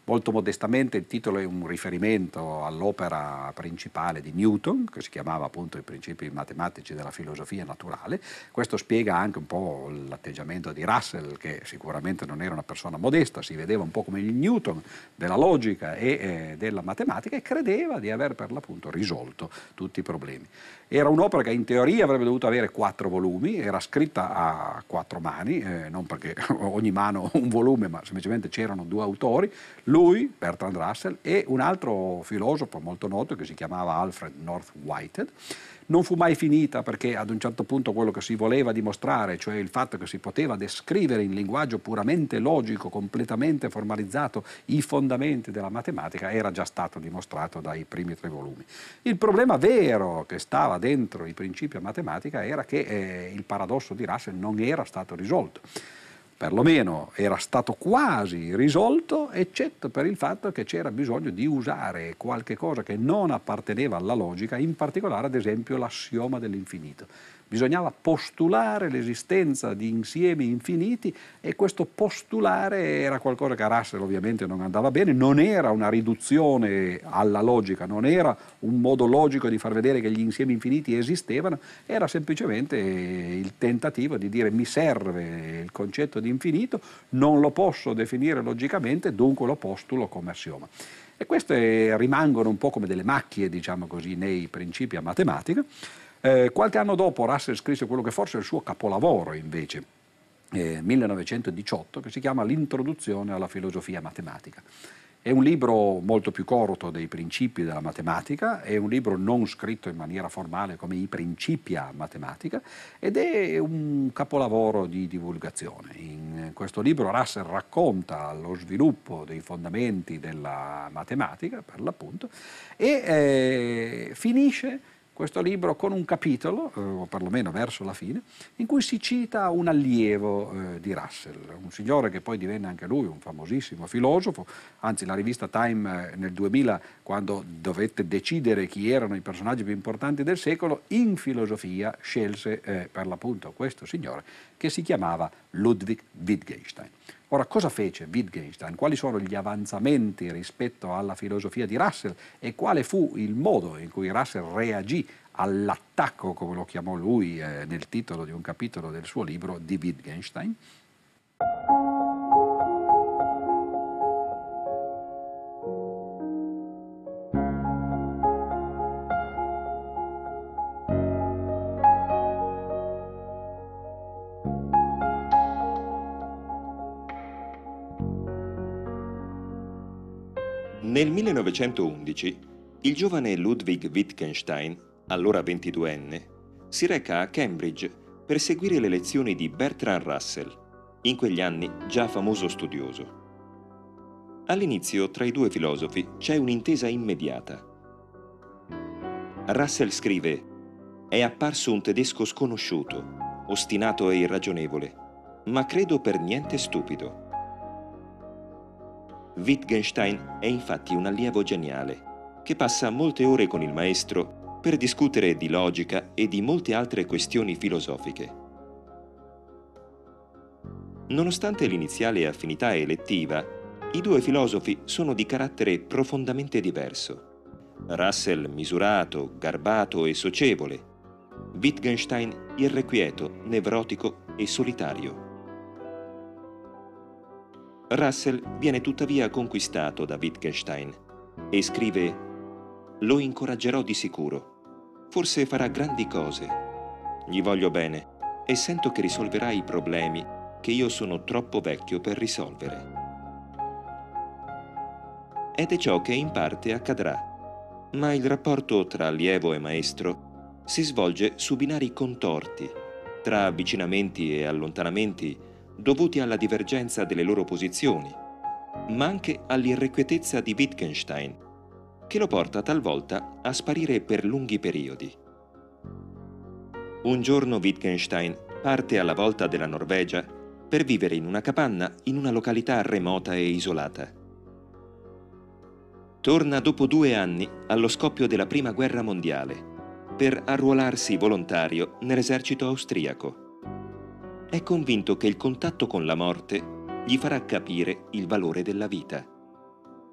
Molto modestamente il titolo è un riferimento all'opera principale di Newton, che si chiamava appunto I principi matematici della filosofia naturale. Questo spiega anche un po' l'atteggiamento di Russell, che sicuramente non era una persona modesta, si vedeva un po' come il Newton della logica e eh, della matematica, e credeva di aver per l'appunto risolto tutti i problemi. Era un'opera che in teoria avrebbe dovuto avere quattro volumi, era scritta a quattro mani, eh, non perché ogni mano un volume, ma semplicemente c'erano due autori, lui, Bertrand Russell, e un altro filosofo molto noto che si chiamava Alfred North Whitehead. Non fu mai finita perché ad un certo punto quello che si voleva dimostrare, cioè il fatto che si poteva descrivere in linguaggio puramente logico, completamente formalizzato, i fondamenti della matematica, era già stato dimostrato dai primi tre volumi. Il problema vero che stava dentro i principi a matematica era che eh, il paradosso di Russell non era stato risolto. Perlomeno era stato quasi risolto, eccetto per il fatto che c'era bisogno di usare qualche cosa che non apparteneva alla logica, in particolare ad esempio l'assioma dell'infinito. Bisognava postulare l'esistenza di insiemi infiniti, e questo postulare era qualcosa che a Russell ovviamente non andava bene, non era una riduzione alla logica, non era un modo logico di far vedere che gli insiemi infiniti esistevano, era semplicemente il tentativo di dire: mi serve il concetto di infinito, non lo posso definire logicamente, dunque lo postulo come assioma. E queste rimangono un po' come delle macchie, diciamo così, nei principi a matematica. Eh, qualche anno dopo Russell scrisse quello che forse è il suo capolavoro invece, eh, millenovecentodiciotto, che si chiama L'introduzione alla filosofia matematica. È un libro molto più corto dei principi della matematica, è un libro non scritto in maniera formale come i principi a matematica, ed è un capolavoro di divulgazione. In questo libro Russell racconta lo sviluppo dei fondamenti della matematica, per l'appunto, e eh, finisce questo libro con un capitolo, eh, o perlomeno verso la fine, in cui si cita un allievo eh, di Russell, un signore che poi divenne anche lui un famosissimo filosofo. Anzi, la rivista Time eh, nel duemila, quando dovette decidere chi erano i personaggi più importanti del secolo, in filosofia scelse eh, per l'appunto questo signore, che si chiamava Ludwig Wittgenstein. Ora, cosa fece Wittgenstein? Quali sono gli avanzamenti rispetto alla filosofia di Russell, e quale fu il modo in cui Russell reagì all'attacco, come lo chiamò lui eh, nel titolo di un capitolo del suo libro, di Wittgenstein? Nel millenovecentoundici il giovane Ludwig Wittgenstein, allora ventiduenne, si reca a Cambridge per seguire le lezioni di Bertrand Russell, in quegli anni già famoso studioso. All'inizio tra i due filosofi c'è un'intesa immediata. Russell scrive: «È apparso un tedesco sconosciuto, ostinato e irragionevole, ma credo per niente stupido». Wittgenstein è infatti un allievo geniale, che passa molte ore con il maestro per discutere di logica e di molte altre questioni filosofiche. Nonostante l'iniziale affinità elettiva, i due filosofi sono di carattere profondamente diverso. Russell misurato, garbato e socievole, Wittgenstein irrequieto, nevrotico e solitario. Russell viene tuttavia conquistato da Wittgenstein e scrive: «Lo incoraggerò di sicuro. Forse farà grandi cose. Gli voglio bene e sento che risolverà i problemi che io sono troppo vecchio per risolvere». Ed è ciò che in parte accadrà, ma il rapporto tra allievo e maestro si svolge su binari contorti, tra avvicinamenti e allontanamenti dovuti alla divergenza delle loro posizioni, ma anche all'irrequietezza di Wittgenstein, che lo porta talvolta a sparire per lunghi periodi. Un giorno Wittgenstein parte alla volta della Norvegia per vivere in una capanna in una località remota e isolata. Torna dopo due anni allo scoppio della Prima Guerra Mondiale per arruolarsi volontario nell'esercito austriaco. È convinto che il contatto con la morte gli farà capire il valore della vita.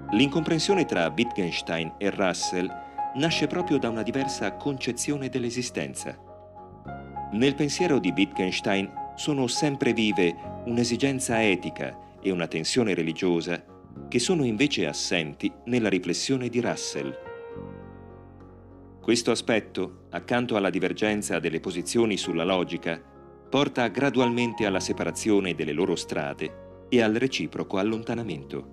L'incomprensione tra Wittgenstein e Russell nasce proprio da una diversa concezione dell'esistenza. Nel pensiero di Wittgenstein sono sempre vive un'esigenza etica e una tensione religiosa che sono invece assenti nella riflessione di Russell. Questo aspetto, accanto alla divergenza delle posizioni sulla logica, porta gradualmente alla separazione delle loro strade e al reciproco allontanamento.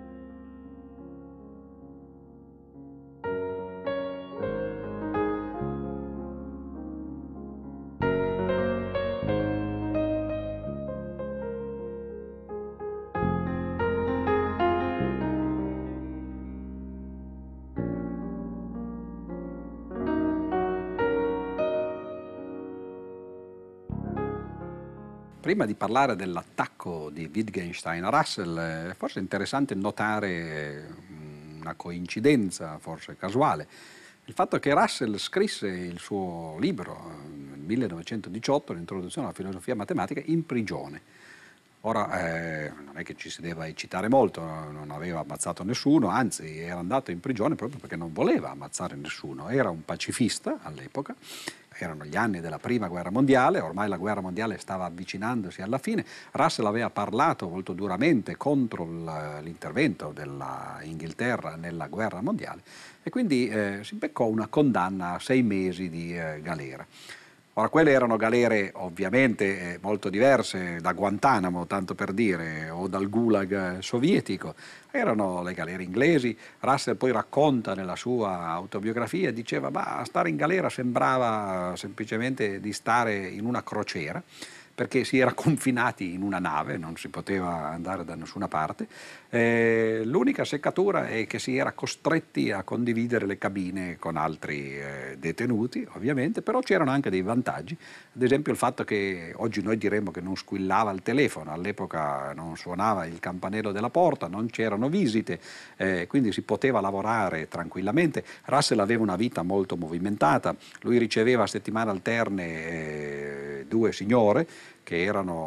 Prima di parlare dell'attacco di Wittgenstein a Russell, è forse interessante notare una coincidenza, forse casuale, il fatto che Russell scrisse il suo libro nel millenovecentodiciotto, l'introduzione alla filosofia matematica, in prigione. Ora eh, non è che ci si deva eccitare molto, non aveva ammazzato nessuno, anzi era andato in prigione proprio perché non voleva ammazzare nessuno, era un pacifista all'epoca. Erano gli anni della prima guerra mondiale, ormai la guerra mondiale stava avvicinandosi alla fine. Russell aveva parlato molto duramente contro l'intervento dell'Inghilterra nella guerra mondiale e quindi eh, si beccò una condanna a sei mesi di eh, galera. Ora, quelle erano galere ovviamente eh, molto diverse da Guantanamo, tanto per dire, o dal Gulag sovietico. Erano le galere inglesi. Russell poi racconta nella sua autobiografia, diceva, ma stare in galera sembrava semplicemente di stare in una crociera, perché si era confinati in una nave, non si poteva andare da nessuna parte. Eh, l'unica seccatura è che si era costretti a condividere le cabine con altri eh, detenuti, ovviamente, però c'erano anche dei vantaggi, ad esempio il fatto che oggi noi diremmo che non squillava il telefono, all'epoca non suonava il campanello della porta, non c'erano visite, eh, quindi si poteva lavorare tranquillamente. Russell aveva una vita molto movimentata, lui riceveva a settimane alterne eh, due signore, che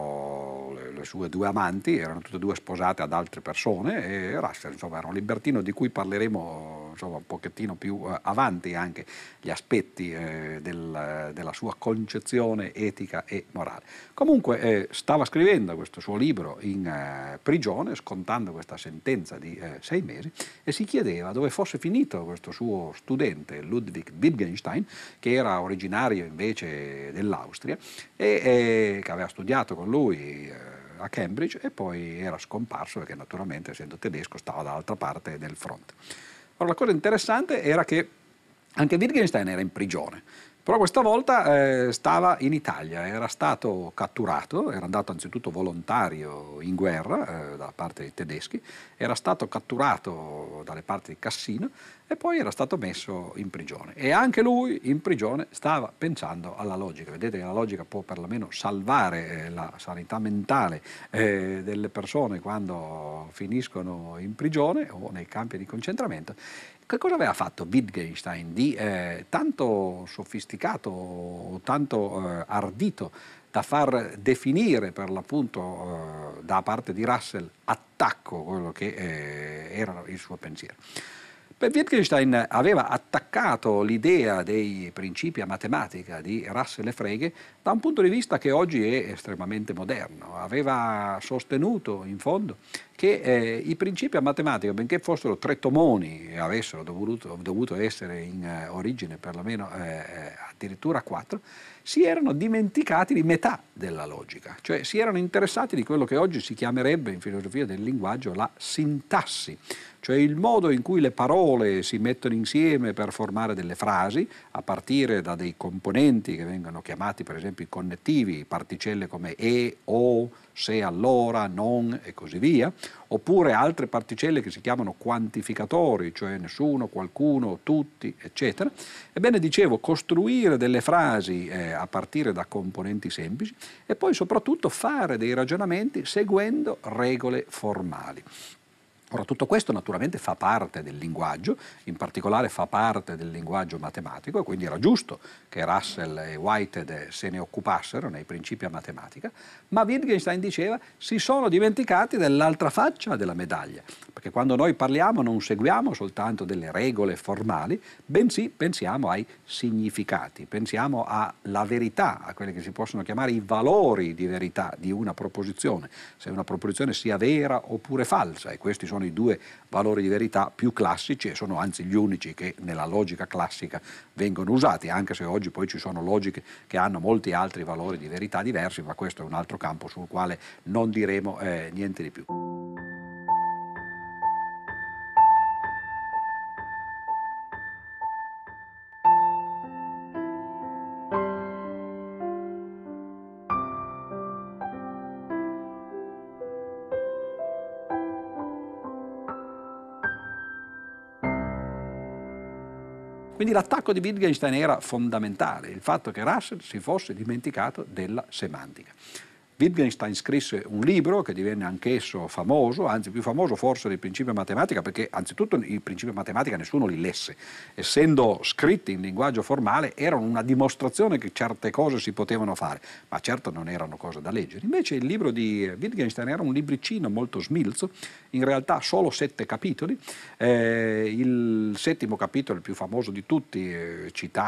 erano le sue due amanti, erano tutte e due sposate ad altre persone, e Russell insomma era un libertino di cui parleremo insomma un pochettino più eh, avanti, anche gli aspetti eh, del, della sua concezione etica e morale. Comunque eh, stava scrivendo questo suo libro in eh, prigione, scontando questa sentenza di eh, sei mesi, e si chiedeva dove fosse finito questo suo studente Ludwig Wittgenstein, che era originario invece dell'Austria e eh, che aveva studiato con lui eh, a Cambridge e poi era scomparso perché naturalmente, essendo tedesco, stava dall'altra parte del fronte. Ora, la cosa interessante era che anche Wittgenstein era in prigione, però questa volta eh, stava in Italia, era stato catturato, era andato anzitutto volontario in guerra eh, da parte dei tedeschi, era stato catturato dalle parti di Cassino e poi era stato messo in prigione. E anche lui in prigione stava pensando alla logica. Vedete che la logica può perlomeno salvare eh, la sanità mentale eh, delle persone quando finiscono in prigione o nei campi di concentramento. Che cosa aveva fatto Wittgenstein di eh, tanto sofisticato, tanto eh, ardito da far definire per l'appunto eh, da parte di Russell attacco quello che eh, era il suo pensiero? Beh, Wittgenstein aveva attaccato l'idea dei principi a matematica di Russell e Frege da un punto di vista che oggi è estremamente moderno. Aveva sostenuto in fondo che eh, i principi a matematica, benché fossero tre tomoni e avessero dovuto, dovuto essere in eh, origine perlomeno eh, addirittura quattro, si erano dimenticati di metà della logica, cioè si erano interessati di quello che oggi si chiamerebbe in filosofia del linguaggio la sintassi, cioè il modo in cui le parole si mettono insieme per formare delle frasi, a partire da dei componenti che vengono chiamati per esempio i connettivi, particelle come e, o, se, allora, non e così via, oppure altre particelle che si chiamano quantificatori, cioè nessuno, qualcuno, tutti, eccetera. Ebbene, dicevo, costruire delle frasi eh, a partire da componenti semplici e poi soprattutto fare dei ragionamenti seguendo regole formali. Ora, tutto questo naturalmente fa parte del linguaggio, in particolare fa parte del linguaggio matematico, e quindi era giusto che Russell e Whitehead se ne occupassero nei principi a matematica, ma Wittgenstein diceva si sono dimenticati dell'altra faccia della medaglia, perché quando noi parliamo non seguiamo soltanto delle regole formali, bensì pensiamo ai significati, pensiamo alla verità, a quelli che si possono chiamare i valori di verità di una proposizione, se una proposizione sia vera oppure falsa, e questi sono i due valori di verità più classici e sono anzi gli unici che nella logica classica vengono usati, anche se oggi poi ci sono logiche che hanno molti altri valori di verità diversi, ma questo è un altro campo sul quale non diremo eh, niente di più. Quindi l'attacco di Wittgenstein era fondamentale, il fatto che Russell si fosse dimenticato della semantica. Wittgenstein scrisse un libro che divenne anch'esso famoso, anzi più famoso forse dei principi matematica, perché anzitutto i principi matematica nessuno li lesse, essendo scritti in linguaggio formale erano una dimostrazione che certe cose si potevano fare, ma certo non erano cose da leggere. Invece il libro di Wittgenstein era un libricino molto smilzo, in realtà solo sette capitoli, eh, il settimo capitolo, il più famoso di tutti, eh,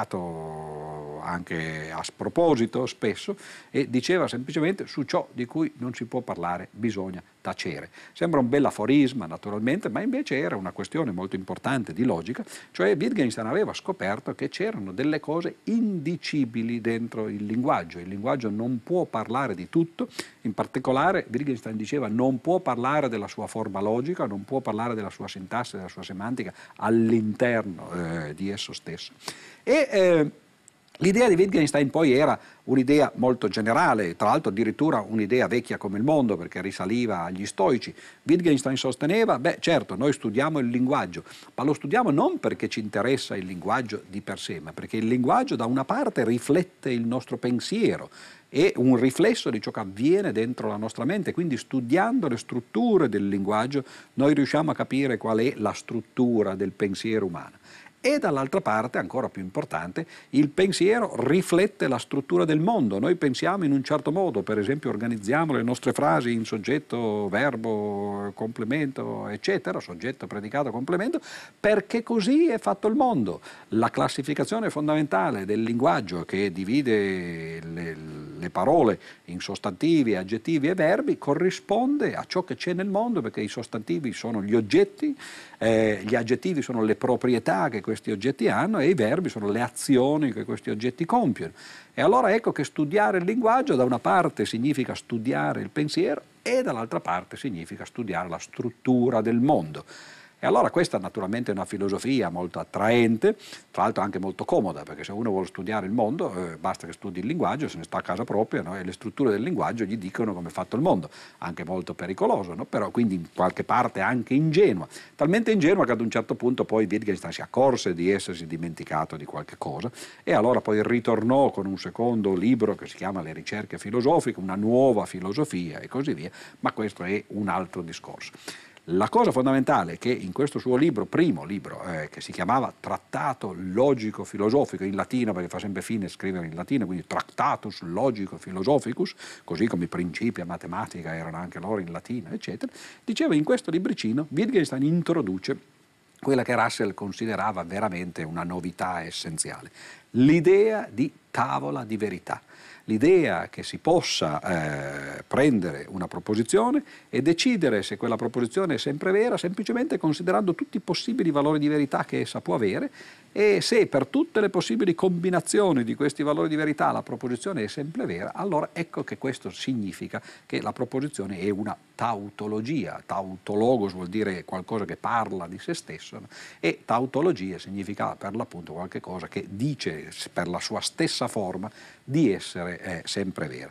citato anche a sproposito spesso, e diceva semplicemente su ciò di cui non si può parlare bisogna tacere. Sembra un bel aforisma naturalmente, ma invece era una questione molto importante di logica, cioè Wittgenstein aveva scoperto che c'erano delle cose indicibili dentro il linguaggio, il linguaggio non può parlare di tutto, in particolare Wittgenstein diceva non può parlare della sua forma logica, non può parlare della sua sintassi, della sua semantica all'interno eh, di esso stesso. E eh, l'idea di Wittgenstein poi era un'idea molto generale, tra l'altro addirittura un'idea vecchia come il mondo, perché risaliva agli stoici. Wittgenstein sosteneva, beh certo, noi studiamo il linguaggio, ma lo studiamo non perché ci interessa il linguaggio di per sé, ma perché il linguaggio da una parte riflette il nostro pensiero, è un riflesso di ciò che avviene dentro la nostra mente, quindi studiando le strutture del linguaggio noi riusciamo a capire qual è la struttura del pensiero umano. E dall'altra parte, ancora più importante, il pensiero riflette la struttura del mondo. Noi pensiamo in un certo modo, per esempio organizziamo le nostre frasi in soggetto, verbo, complemento, eccetera, soggetto, predicato, complemento, perché così è fatto il mondo. La classificazione fondamentale del linguaggio che divide le, le parole in sostantivi, aggettivi e verbi corrisponde a ciò che c'è nel mondo, perché i sostantivi sono gli oggetti, eh, gli aggettivi sono le proprietà che questi oggetti hanno e i verbi sono le azioni che questi oggetti compiono. E allora ecco che studiare il linguaggio da una parte significa studiare il pensiero e dall'altra parte significa studiare la struttura del mondo. E allora questa naturalmente è una filosofia molto attraente, tra l'altro anche molto comoda, perché se uno vuole studiare il mondo eh, basta che studi il linguaggio, se ne sta a casa propria, no? E le strutture del linguaggio gli dicono come è fatto il mondo, anche molto pericoloso, no? Però quindi in qualche parte anche ingenua, talmente ingenua che ad un certo punto poi Wittgenstein si accorse di essersi dimenticato di qualche cosa e allora poi ritornò con un secondo libro che si chiama Le ricerche filosofiche, una nuova filosofia e così via, ma questo è un altro discorso. La cosa fondamentale è che in questo suo libro, primo libro, eh, che si chiamava Trattato logico-filosofico, in latino perché fa sempre fine scrivere in latino, quindi Tractatus logico-philosophicus, così come i principi a matematica erano anche loro in latino, eccetera, diceva in questo libricino Wittgenstein introduce quella che Russell considerava veramente una novità essenziale, l'idea di tavola di verità. L'idea che si possa eh, prendere una proposizione e decidere se quella proposizione è sempre vera semplicemente considerando tutti i possibili valori di verità che essa può avere e se per tutte le possibili combinazioni di questi valori di verità la proposizione è sempre vera, allora ecco che questo significa che la proposizione è una tautologia. Tautologos vuol dire qualcosa che parla di se stesso, no? E tautologia significa per l'appunto qualche cosa che dice per la sua stessa forma di essere eh, sempre vera.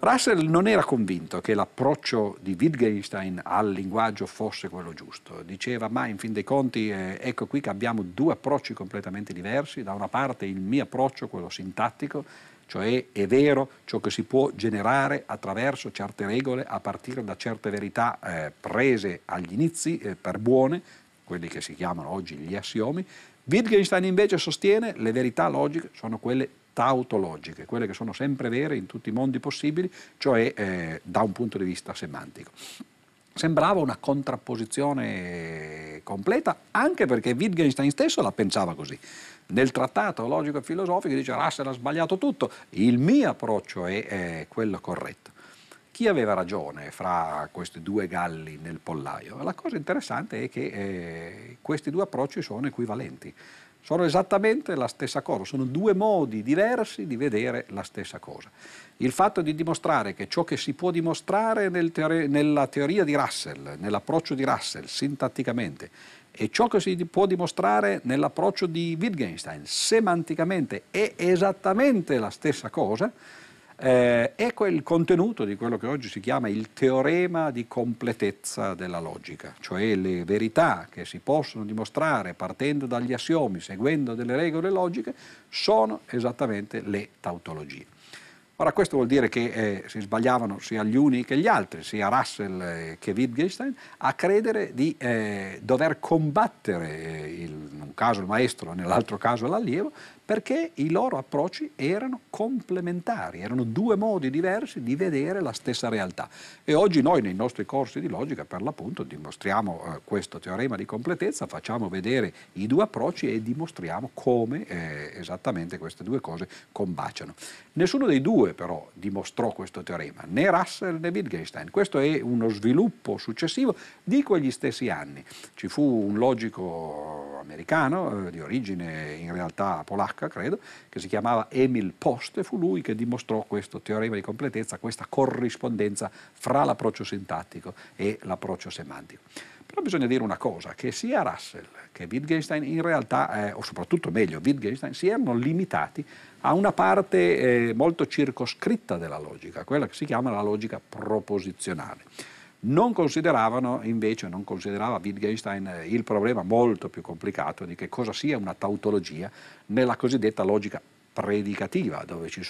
Russell non era convinto che l'approccio di Wittgenstein al linguaggio fosse quello giusto. Diceva, ma in fin dei conti, eh, ecco qui che abbiamo due approcci completamente diversi. Da una parte il mio approccio, quello sintattico, cioè è vero ciò che si può generare attraverso certe regole a partire da certe verità eh, prese agli inizi eh, per buone, quelli che si chiamano oggi gli assiomi. Wittgenstein invece sostiene che le verità logiche sono quelle tautologiche, quelle che sono sempre vere in tutti i mondi possibili, cioè eh, da un punto di vista semantico. Sembrava una contrapposizione completa, anche perché Wittgenstein stesso la pensava così. Nel trattato logico e filosofico dice Russell ha sbagliato tutto, il mio approccio è, è quello corretto. Chi aveva ragione fra questi due galli nel pollaio? La cosa interessante è che eh, questi due approcci sono equivalenti. Sono esattamente la stessa cosa, sono due modi diversi di vedere la stessa cosa. Il fatto di dimostrare che ciò che si può dimostrare nel teore- nella teoria di Russell, nell'approccio di Russell, sintatticamente, e ciò che si può dimostrare nell'approccio di Wittgenstein, semanticamente, è esattamente la stessa cosa, eh, è quel contenuto di quello che oggi si chiama il teorema di completezza della logica, cioè le verità che si possono dimostrare partendo dagli assiomi, seguendo delle regole logiche, sono esattamente le tautologie. Ora questo vuol dire che eh, si sbagliavano sia gli uni che gli altri, sia Russell eh, che Wittgenstein, a credere di eh, dover combattere, eh, il, in un caso il maestro, nell'altro caso l'allievo, perché i loro approcci erano complementari, erano due modi diversi di vedere la stessa realtà. E oggi noi nei nostri corsi di logica per l'appunto dimostriamo eh, questo teorema di completezza, facciamo vedere i due approcci e dimostriamo come eh, esattamente queste due cose combaciano. Nessuno dei due però dimostrò questo teorema, né Russell né Wittgenstein. Questo è uno sviluppo successivo di quegli stessi anni. Ci fu un logico americano, eh, di origine in realtà polacca, credo, che si chiamava Emil Post, e fu lui che dimostrò questo teorema di completezza, questa corrispondenza fra l'approccio sintattico e l'approccio semantico. Però bisogna dire una cosa, che sia Russell che Wittgenstein in realtà, eh, o soprattutto meglio Wittgenstein, si erano limitati a una parte eh, molto circoscritta della logica, quella che si chiama la logica proposizionale. Non consideravano invece, non considerava Wittgenstein eh, il problema molto più complicato di che cosa sia una tautologia nella cosiddetta logica predicativa, dove ci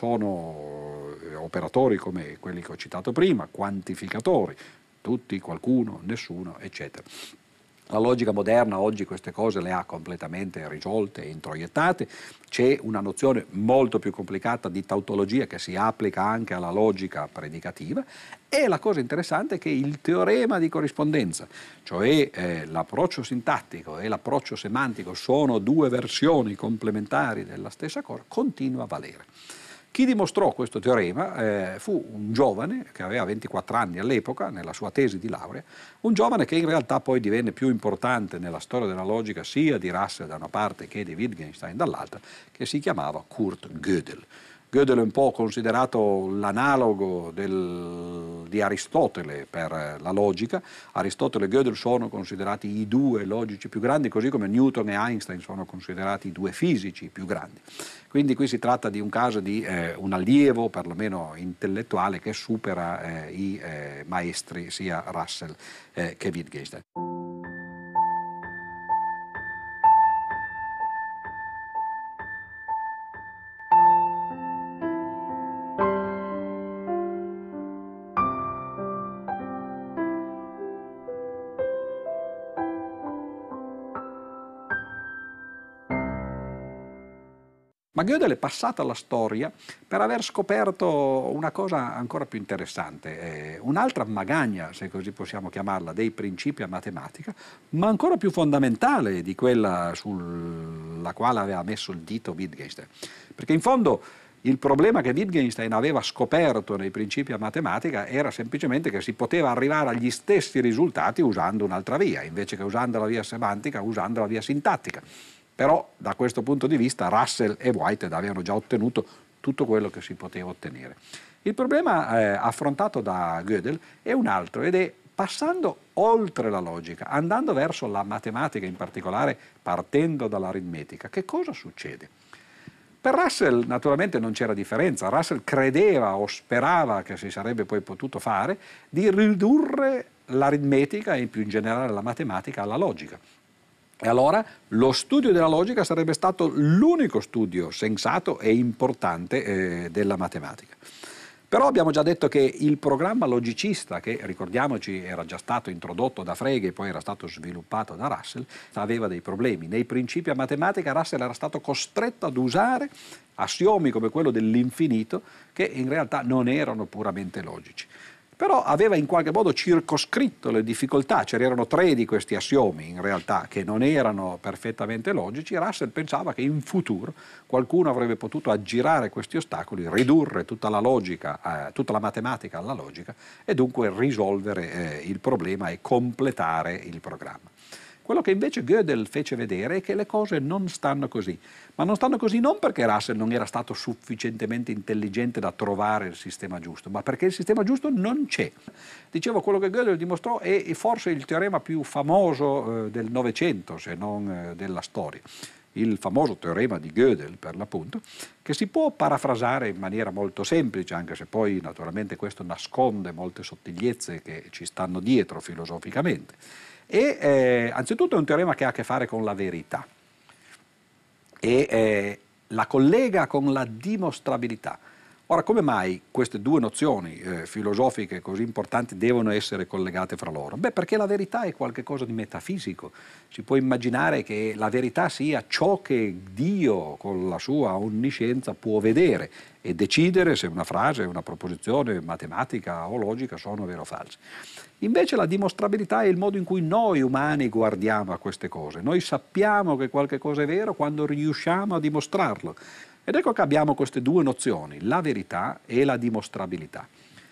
sono eh, operatori come quelli che ho citato prima, quantificatori, tutti, qualcuno, nessuno, eccetera. La logica moderna oggi queste cose le ha completamente risolte e introiettate. C'è una nozione molto più complicata di tautologia che si applica anche alla logica predicativa, e la cosa interessante è che il teorema di corrispondenza, cioè eh, l'approccio sintattico e l'approccio semantico sono due versioni complementari della stessa cosa, continua a valere. Chi dimostrò questo teorema eh, fu un giovane che aveva ventiquattro anni all'epoca, nella sua tesi di laurea, un giovane che in realtà poi divenne più importante nella storia della logica sia di Russell da una parte che di Wittgenstein dall'altra, che si chiamava Kurt Gödel. Gödel è un po' considerato l'analogo del, di Aristotele per la logica. Aristotele e Gödel sono considerati i due logici più grandi, così come Newton e Einstein sono considerati i due fisici più grandi. Quindi qui si tratta di un caso di eh, un allievo, perlomeno intellettuale, che supera eh, i eh, maestri sia Russell eh, che Wittgenstein. Ma Gödel è passato alla storia per aver scoperto una cosa ancora più interessante, eh, un'altra magagna, se così possiamo chiamarla, dei principi a matematica, ma ancora più fondamentale di quella sulla quale aveva messo il dito Wittgenstein. Perché in fondo il problema che Wittgenstein aveva scoperto nei principi a matematica era semplicemente che si poteva arrivare agli stessi risultati usando un'altra via, invece che usando la via semantica, usando la via sintattica. Però da questo punto di vista Russell e Whitehead avevano già ottenuto tutto quello che si poteva ottenere. Il problema eh, affrontato da Gödel è un altro, ed è passando oltre la logica, andando verso la matematica in particolare, partendo dall'aritmetica. Che cosa succede? Per Russell naturalmente non c'era differenza. Russell credeva o sperava, che si sarebbe poi potuto fare, di ridurre l'aritmetica e più in generale la matematica alla logica. E allora lo studio della logica sarebbe stato l'unico studio sensato e importante eh, della matematica. Però abbiamo già detto che il programma logicista, che ricordiamoci era già stato introdotto da Frege e poi era stato sviluppato da Russell, aveva dei problemi. Nei principi a matematica Russell era stato costretto ad usare assiomi come quello dell'infinito che in realtà non erano puramente logici. Però aveva in qualche modo circoscritto le difficoltà, ce n'erano tre di questi assiomi in realtà che non erano perfettamente logici. Russell pensava che in futuro qualcuno avrebbe potuto aggirare questi ostacoli, ridurre tutta la logica, eh, tutta la matematica alla logica e dunque risolvere eh, il problema e completare il programma. Quello che invece Gödel fece vedere è che le cose non stanno così, ma non stanno così non perché Russell non era stato sufficientemente intelligente da trovare il sistema giusto, ma perché il sistema giusto non c'è. Dicevo, quello che Gödel dimostrò è forse il teorema più famoso eh, del Novecento, se non eh, della storia, il famoso teorema di Gödel per l'appunto, che si può parafrasare in maniera molto semplice, anche se poi naturalmente questo nasconde molte sottigliezze che ci stanno dietro filosoficamente. E eh, anzitutto è un teorema che ha a che fare con la verità e eh, la collega con la dimostrabilità. Ora, come mai queste due nozioni eh, filosofiche così importanti devono essere collegate fra loro? Beh, perché la verità è qualcosa di metafisico. Si può immaginare che la verità sia ciò che Dio, con la sua onniscienza, può vedere e decidere se una frase, una proposizione matematica o logica sono vere o false. Invece la dimostrabilità è il modo in cui noi umani guardiamo a queste cose. Noi sappiamo che qualche cosa è vero quando riusciamo a dimostrarlo. Ed ecco che abbiamo queste due nozioni, la verità e la dimostrabilità.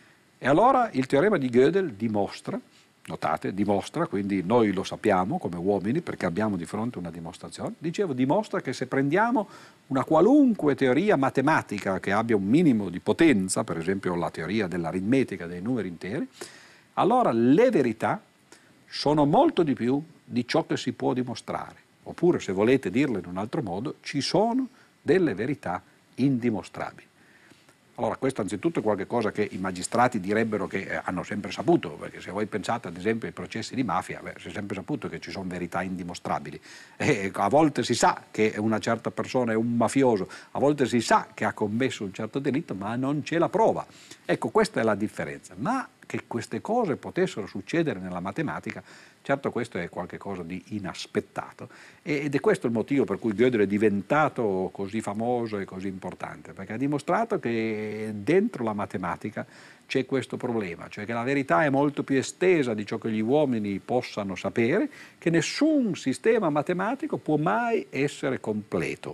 E allora il teorema di Gödel dimostra, notate, dimostra, quindi noi lo sappiamo come uomini perché abbiamo di fronte una dimostrazione, dicevo, dimostra che se prendiamo una qualunque teoria matematica che abbia un minimo di potenza, per esempio la teoria dell'aritmetica dei numeri interi, allora le verità sono molto di più di ciò che si può dimostrare. Oppure, se volete dirlo in un altro modo, ci sono delle verità indimostrabili. Allora, questo anzitutto è qualcosa che i magistrati direbbero che eh, hanno sempre saputo, perché se voi pensate ad esempio ai processi di mafia, beh, si è sempre saputo che ci sono verità indimostrabili. E a volte si sa che una certa persona è un mafioso, a volte si sa che ha commesso un certo delitto, ma non c'è la prova. Ecco, questa è la differenza. Ma che queste cose potessero succedere nella matematica, certo questo è qualcosa di inaspettato ed è questo il motivo per cui Gödel è diventato così famoso e così importante, perché ha dimostrato che dentro la matematica c'è questo problema, cioè che la verità è molto più estesa di ciò che gli uomini possano sapere, che nessun sistema matematico può mai essere completo,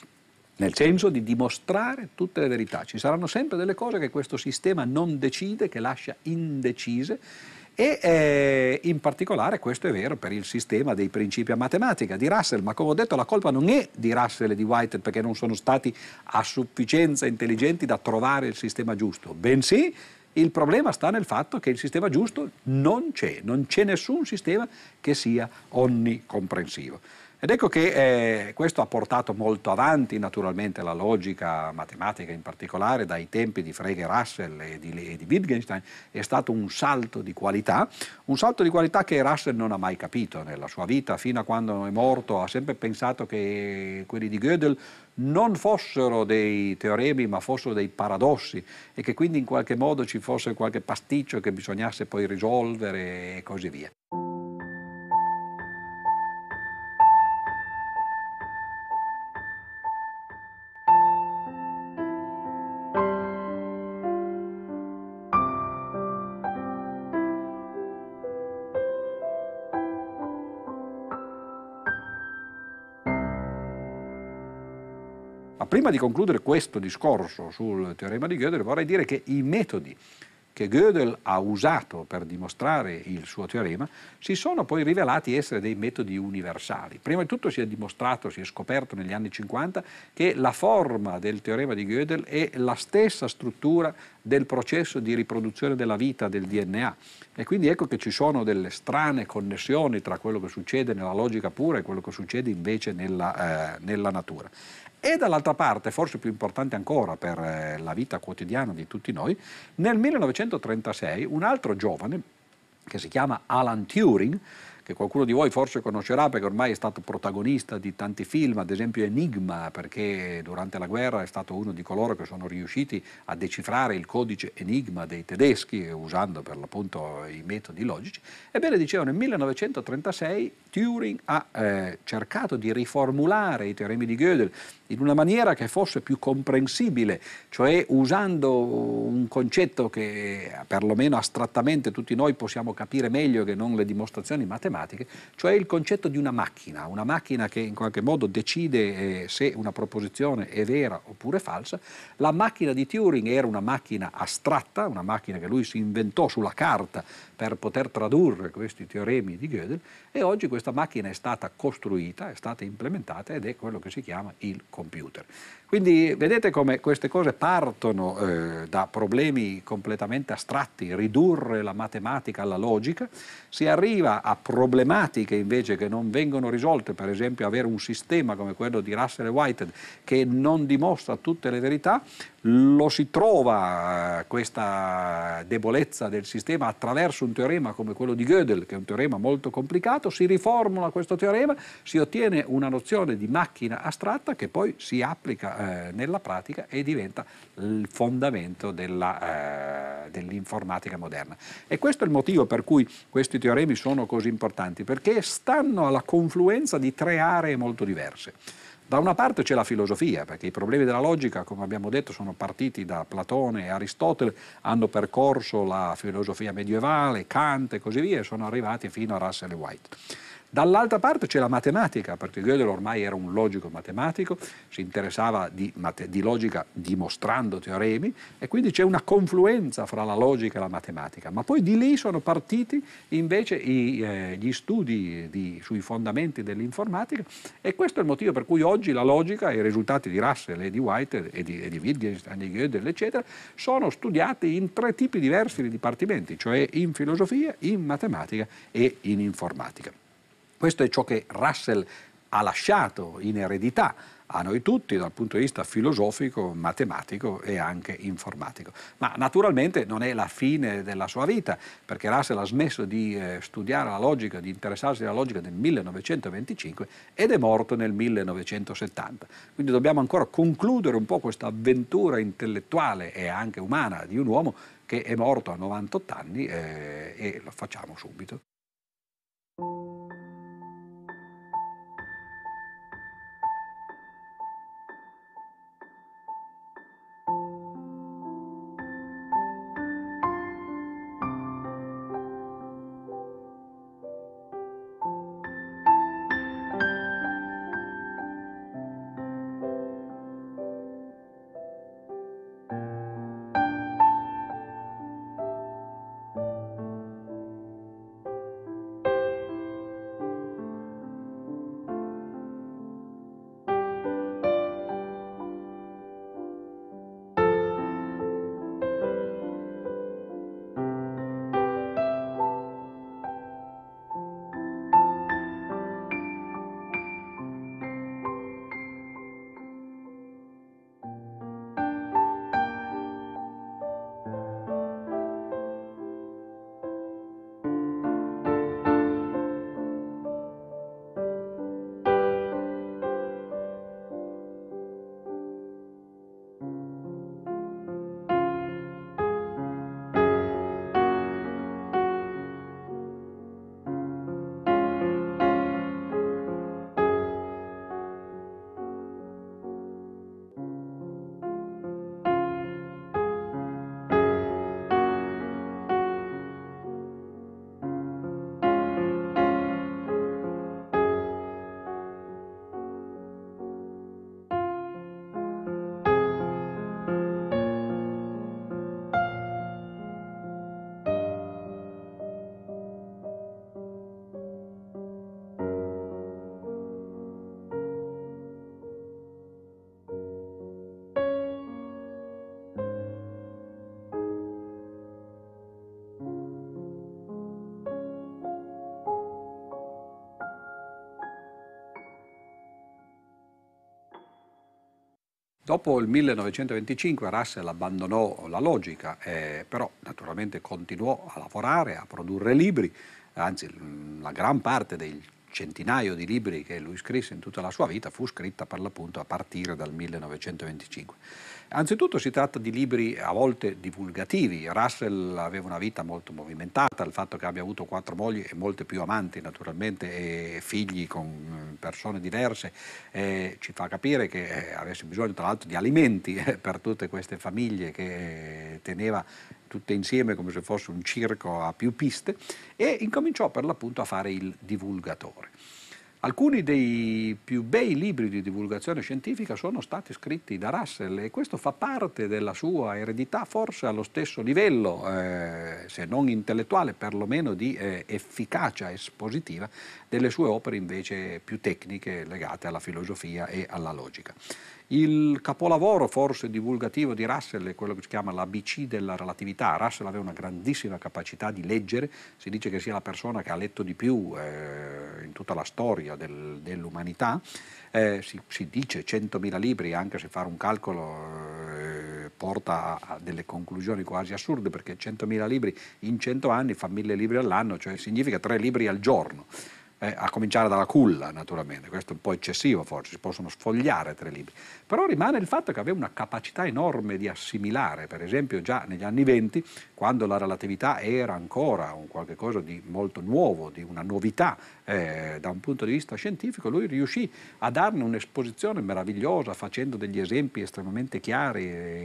nel senso di dimostrare tutte le verità. Ci saranno sempre delle cose che questo sistema non decide, che lascia indecise, e eh, in particolare questo è vero per il sistema dei principi a matematica di Russell, ma come ho detto la colpa non è di Russell e di Whitehead perché non sono stati a sufficienza intelligenti da trovare il sistema giusto, bensì il problema sta nel fatto che il sistema giusto non c'è, non c'è nessun sistema che sia onnicomprensivo. Ed ecco che eh, questo ha portato molto avanti naturalmente la logica matematica, in particolare dai tempi di Frege, Russell e di, e di Wittgenstein. È stato un salto di qualità, un salto di qualità che Russell non ha mai capito nella sua vita, fino a quando è morto ha sempre pensato che quelli di Gödel non fossero dei teoremi ma fossero dei paradossi e che quindi in qualche modo ci fosse qualche pasticcio che bisognasse poi risolvere e così via. Ma prima di concludere questo discorso sul teorema di Gödel vorrei dire che i metodi che Gödel ha usato per dimostrare il suo teorema si sono poi rivelati essere dei metodi universali. Prima di tutto si è dimostrato, si è scoperto negli anni cinquanta che la forma del teorema di Gödel è la stessa struttura del processo di riproduzione della vita del D N A E quindi ecco che ci sono delle strane connessioni tra quello che succede nella logica pura e quello che succede invece nella, eh, nella natura. E dall'altra parte, forse più importante ancora per eh, la vita quotidiana di tutti noi, nel millenovecentotrentasei un altro giovane, che si chiama Alan Turing, che qualcuno di voi forse conoscerà perché ormai è stato protagonista di tanti film, ad esempio Enigma, perché durante la guerra è stato uno di coloro che sono riusciti a decifrare il codice Enigma dei tedeschi, usando per l'appunto i metodi logici. Ebbene, dicevo, nel millenovecentotrentasei Turing ha eh, cercato di riformulare i teoremi di Gödel in una maniera che fosse più comprensibile, cioè usando un concetto che perlomeno astrattamente tutti noi possiamo capire meglio che non le dimostrazioni matematiche, cioè il concetto di una macchina, una macchina che in qualche modo decide eh, se una proposizione è vera oppure falsa. La macchina di Turing era una macchina astratta, una macchina che lui si inventò sulla carta per poter tradurre questi teoremi di Gödel, e oggi questa macchina è stata costruita, è stata implementata ed è quello che si chiama il computer. Quindi vedete come queste cose partono eh, da problemi completamente astratti, ridurre la matematica alla logica, si arriva a problematiche invece che non vengono risolte, per esempio avere un sistema come quello di Russell e Whitehead che non dimostra tutte le verità, lo si trova questa debolezza del sistema attraverso un teorema come quello di Gödel, che è un teorema molto complicato, si riformula questo teorema, si ottiene una nozione di macchina astratta che poi si applica eh, nella pratica e diventa il fondamento della, eh, dell'informatica moderna. E questo è il motivo per cui questi teoremi sono così importanti, perché stanno alla confluenza di tre aree molto diverse. Da una parte c'è la filosofia, perché i problemi della logica, come abbiamo detto, sono partiti da Platone e Aristotele, hanno percorso la filosofia medievale, Kant e così via, e sono arrivati fino a Russell e White. Dall'altra parte c'è la matematica, perché Gödel ormai era un logico matematico, si interessava di, di logica dimostrando teoremi, e quindi c'è una confluenza fra la logica e la matematica. Ma poi di lì sono partiti invece i, eh, gli studi di, sui fondamenti dell'informatica, e questo è il motivo per cui oggi la logica e i risultati di Russell e di White e di, e di Wittgenstein, di Gödel, eccetera, sono studiati in tre tipi diversi di dipartimenti, cioè in filosofia, in matematica e in informatica. Questo è ciò che Russell ha lasciato in eredità a noi tutti dal punto di vista filosofico, matematico e anche informatico. Ma naturalmente non è la fine della sua vita, perché Russell ha smesso di eh, studiare la logica, di interessarsi alla logica nel millenovecentoventicinque ed è morto nel millenovecentosettanta. Quindi dobbiamo ancora concludere un po' questa avventura intellettuale e anche umana di un uomo che è morto a novantotto anni eh, e lo facciamo subito. Dopo il millenovecentoventicinque Russell abbandonò la logica, eh, però naturalmente continuò a lavorare, a produrre libri, anzi la gran parte dei centinaio di libri che lui scrisse in tutta la sua vita fu scritta per l'appunto a partire dal millenovecentoventicinque. Anzitutto si tratta di libri a volte divulgativi. Russell aveva una vita molto movimentata, il fatto che abbia avuto quattro mogli e molte più amanti naturalmente e figli con persone diverse eh, ci fa capire che eh, avesse bisogno tra l'altro di alimenti eh, per tutte queste famiglie che eh, teneva tutte insieme come se fosse un circo a più piste, e incominciò per l'appunto a fare il divulgatore. Alcuni dei più bei libri di divulgazione scientifica sono stati scritti da Russell e questo fa parte della sua eredità, forse allo stesso livello, eh, se non intellettuale, perlomeno di eh, efficacia espositiva delle sue opere invece più tecniche legate alla filosofia e alla logica. Il capolavoro forse divulgativo di Russell è quello che si chiama l'A B C della relatività. Russell aveva una grandissima capacità di leggere, si dice che sia la persona che ha letto di più eh, in tutta la storia del, dell'umanità, eh, si, si dice centomila libri, anche se fare un calcolo eh, porta a delle conclusioni quasi assurde, perché centomila libri in cento anni fa mille libri all'anno, cioè significa tre libri al giorno. Eh, a cominciare dalla culla naturalmente, questo è un po' eccessivo forse, si possono sfogliare tre libri, però rimane il fatto che aveva una capacità enorme di assimilare, per esempio già negli anni venti, quando la relatività era ancora un qualche cosa di molto nuovo, di una novità eh, da un punto di vista scientifico, lui riuscì a darne un'esposizione meravigliosa facendo degli esempi estremamente chiari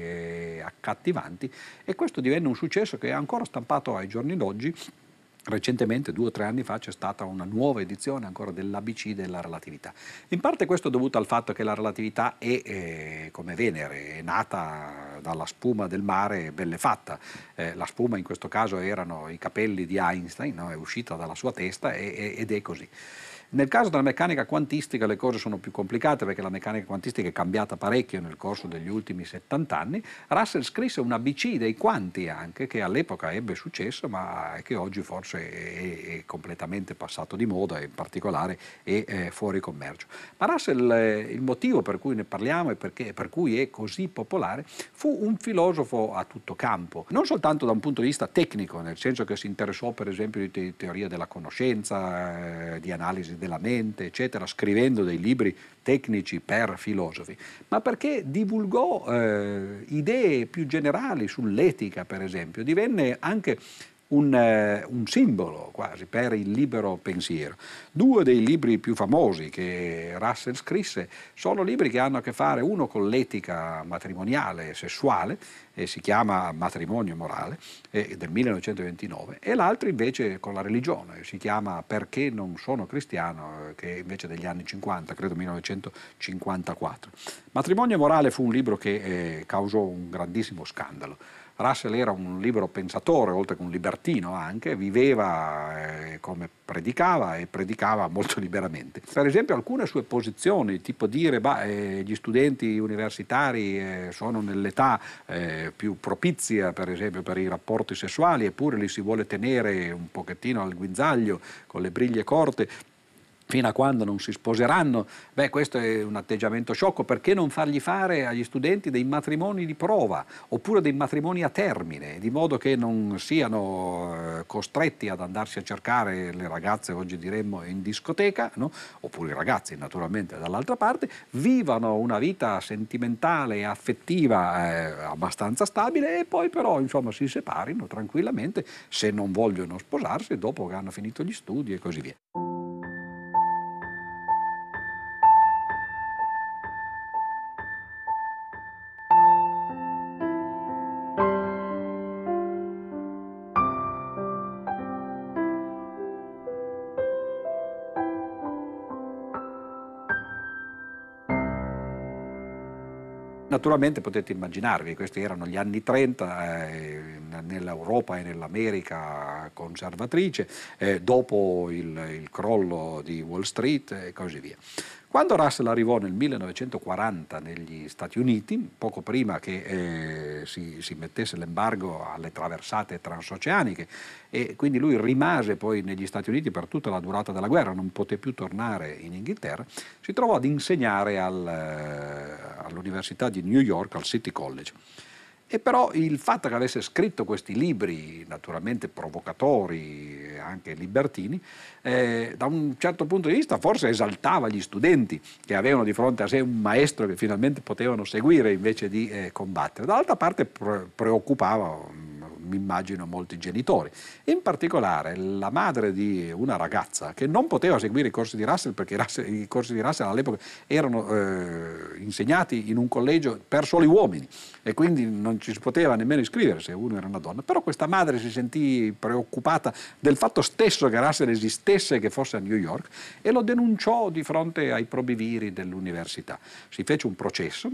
e accattivanti, e questo divenne un successo che è ancora stampato ai giorni d'oggi. Recentemente, due o tre anni fa, c'è stata una nuova edizione ancora dell'A B C della relatività. In parte questo è dovuto al fatto che la relatività è, eh, come Venere, è nata dalla spuma del mare bellefatta. Eh, la spuma in questo caso erano i capelli di Einstein, no? È uscita dalla sua testa e, ed è così. Nel caso della meccanica quantistica le cose sono più complicate, perché la meccanica quantistica è cambiata parecchio nel corso degli ultimi settanta anni. Russell scrisse un A B C dei quanti anche, che all'epoca ebbe successo, ma che oggi forse è, è completamente passato di moda e in particolare è, è fuori commercio. Ma Russell, eh, il motivo per cui ne parliamo e perché, per cui è così popolare, fu un filosofo a tutto campo, non soltanto da un punto di vista tecnico, nel senso che si interessò per esempio di te- teoria della conoscenza, eh, di analisi della mente, eccetera, scrivendo dei libri tecnici per filosofi, ma perché divulgò eh, idee più generali sull'etica, per esempio, divenne anche un, eh, un simbolo quasi per il libero pensiero. Due dei libri più famosi che Russell scrisse sono libri che hanno a che fare, uno con l'etica matrimoniale e sessuale, e si chiama Matrimonio morale, eh, del millenovecentoventinove, e l'altro invece con la religione, si chiama Perché non sono cristiano, eh, che è invece degli anni cinquanta, credo millenovecentocinquantaquattro. Matrimonio morale fu un libro che eh, causò un grandissimo scandalo. Russell era un libero pensatore, oltre che un libertino anche, viveva eh, come predicava e predicava molto liberamente. Per esempio alcune sue posizioni, tipo dire bah, eh, gli studenti universitari eh, sono nell'età eh, più propizia per esempio per i rapporti sessuali, eppure li si vuole tenere un pochettino al guinzaglio con le briglie corte fino a quando non si sposeranno. Beh, questo è un atteggiamento sciocco. Perché non fargli fare agli studenti dei matrimoni di prova oppure dei matrimoni a termine, di modo che non siano eh, costretti ad andarsi a cercare le ragazze, oggi diremmo in discoteca, no? Oppure i ragazzi naturalmente dall'altra parte, vivano una vita sentimentale e affettiva eh, abbastanza stabile, e poi però insomma si separino tranquillamente se non vogliono sposarsi dopo che hanno finito gli studi e così via. Naturalmente potete immaginarvi, questi erano gli anni trenta, eh, nell'Europa e nell'America conservatrice, eh, dopo il, il crollo di Wall Street e così via. Quando Russell arrivò nel millenovecentoquaranta negli Stati Uniti, poco prima che eh, si, si mettesse l'embargo alle traversate transoceaniche, e quindi lui rimase poi negli Stati Uniti per tutta la durata della guerra, non poté più tornare in Inghilterra, si trovò ad insegnare al, all'Università di New York, al City College. E però il fatto che avesse scritto questi libri, naturalmente provocatori e anche libertini, eh, da un certo punto di vista forse esaltava gli studenti che avevano di fronte a sé un maestro che finalmente potevano seguire invece di eh, combattere. Dall'altra parte pre- preoccupava, mi immagino, molti genitori. In particolare la madre di una ragazza che non poteva seguire i corsi di Russell, perché Russell, i corsi di Russell all'epoca erano eh, insegnati in un collegio per soli uomini e quindi non ci si poteva nemmeno iscrivere se uno era una donna. Però questa madre si sentì preoccupata del fatto stesso che Russell esistesse e che fosse a New York e lo denunciò di fronte ai probiviri dell'università. Si fece un processo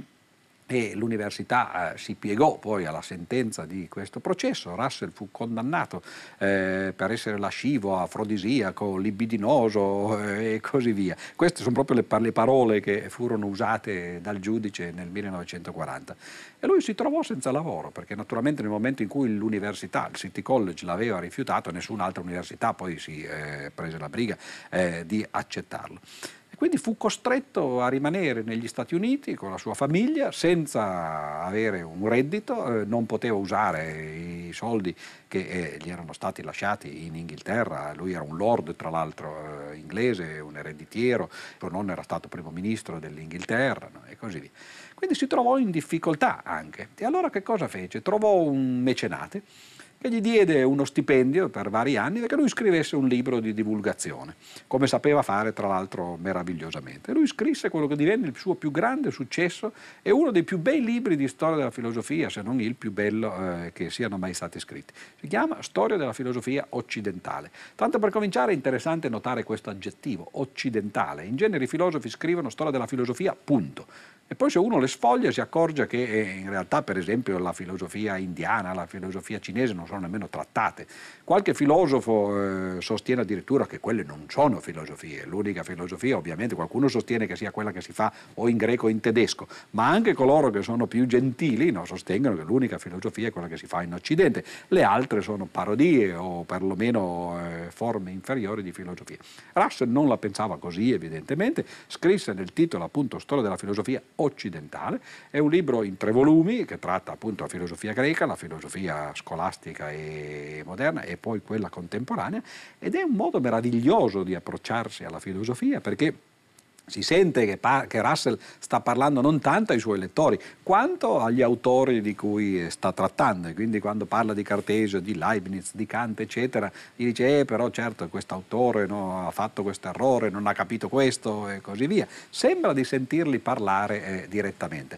e l'università eh, si piegò poi alla sentenza di questo processo. Russell fu condannato eh, per essere lascivo, afrodisiaco, libidinoso eh, e così via. Queste sono proprio le, le parole che furono usate dal giudice nel millenovecentoquaranta. E lui si trovò senza lavoro, perché naturalmente nel momento in cui l'università, il City College, l'aveva rifiutato, nessun'altra università poi si eh, prese la briga eh, di accettarlo. Quindi fu costretto a rimanere negli Stati Uniti con la sua famiglia senza avere un reddito, eh, non poteva usare i soldi che eh, gli erano stati lasciati in Inghilterra. Lui era un lord, tra l'altro eh, inglese, un ereditiero, suo nonno era stato primo ministro dell'Inghilterra, no? E così via. Quindi si trovò in difficoltà anche. E allora che cosa fece? Trovò un mecenate che gli diede uno stipendio per vari anni perché lui scrivesse un libro di divulgazione, come sapeva fare tra l'altro meravigliosamente. Lui scrisse quello che divenne il suo più grande successo e uno dei più bei libri di storia della filosofia, se non il più bello eh, che siano mai stati scritti. Si chiama Storia della filosofia occidentale. Tanto per cominciare è interessante notare questo aggettivo, occidentale. In genere i filosofi scrivono storia della filosofia, punto. E poi se uno le sfoglia si accorge che in realtà per esempio la filosofia indiana, la filosofia cinese non sono nemmeno trattate. Qualche filosofo eh, sostiene addirittura che quelle non sono filosofie. L'unica filosofia, ovviamente qualcuno sostiene che sia quella che si fa o in greco o in tedesco, ma anche coloro che sono più gentili no, sostengono che l'unica filosofia è quella che si fa in Occidente. Le altre sono parodie o perlomeno eh, forme inferiori di filosofia. Russell non la pensava così evidentemente, scrisse nel titolo appunto Storia della filosofia occidentale, è un libro in tre volumi che tratta appunto la filosofia greca, la filosofia scolastica e moderna e poi quella contemporanea, ed è un modo meraviglioso di approcciarsi alla filosofia perché si sente che, che Russell sta parlando non tanto ai suoi lettori quanto agli autori di cui sta trattando, e quindi quando parla di Cartesio, di Leibniz, di Kant eccetera gli dice eh però certo questo autore no, ha fatto questo errore, non ha capito questo e così via. Sembra di sentirli parlare eh, direttamente.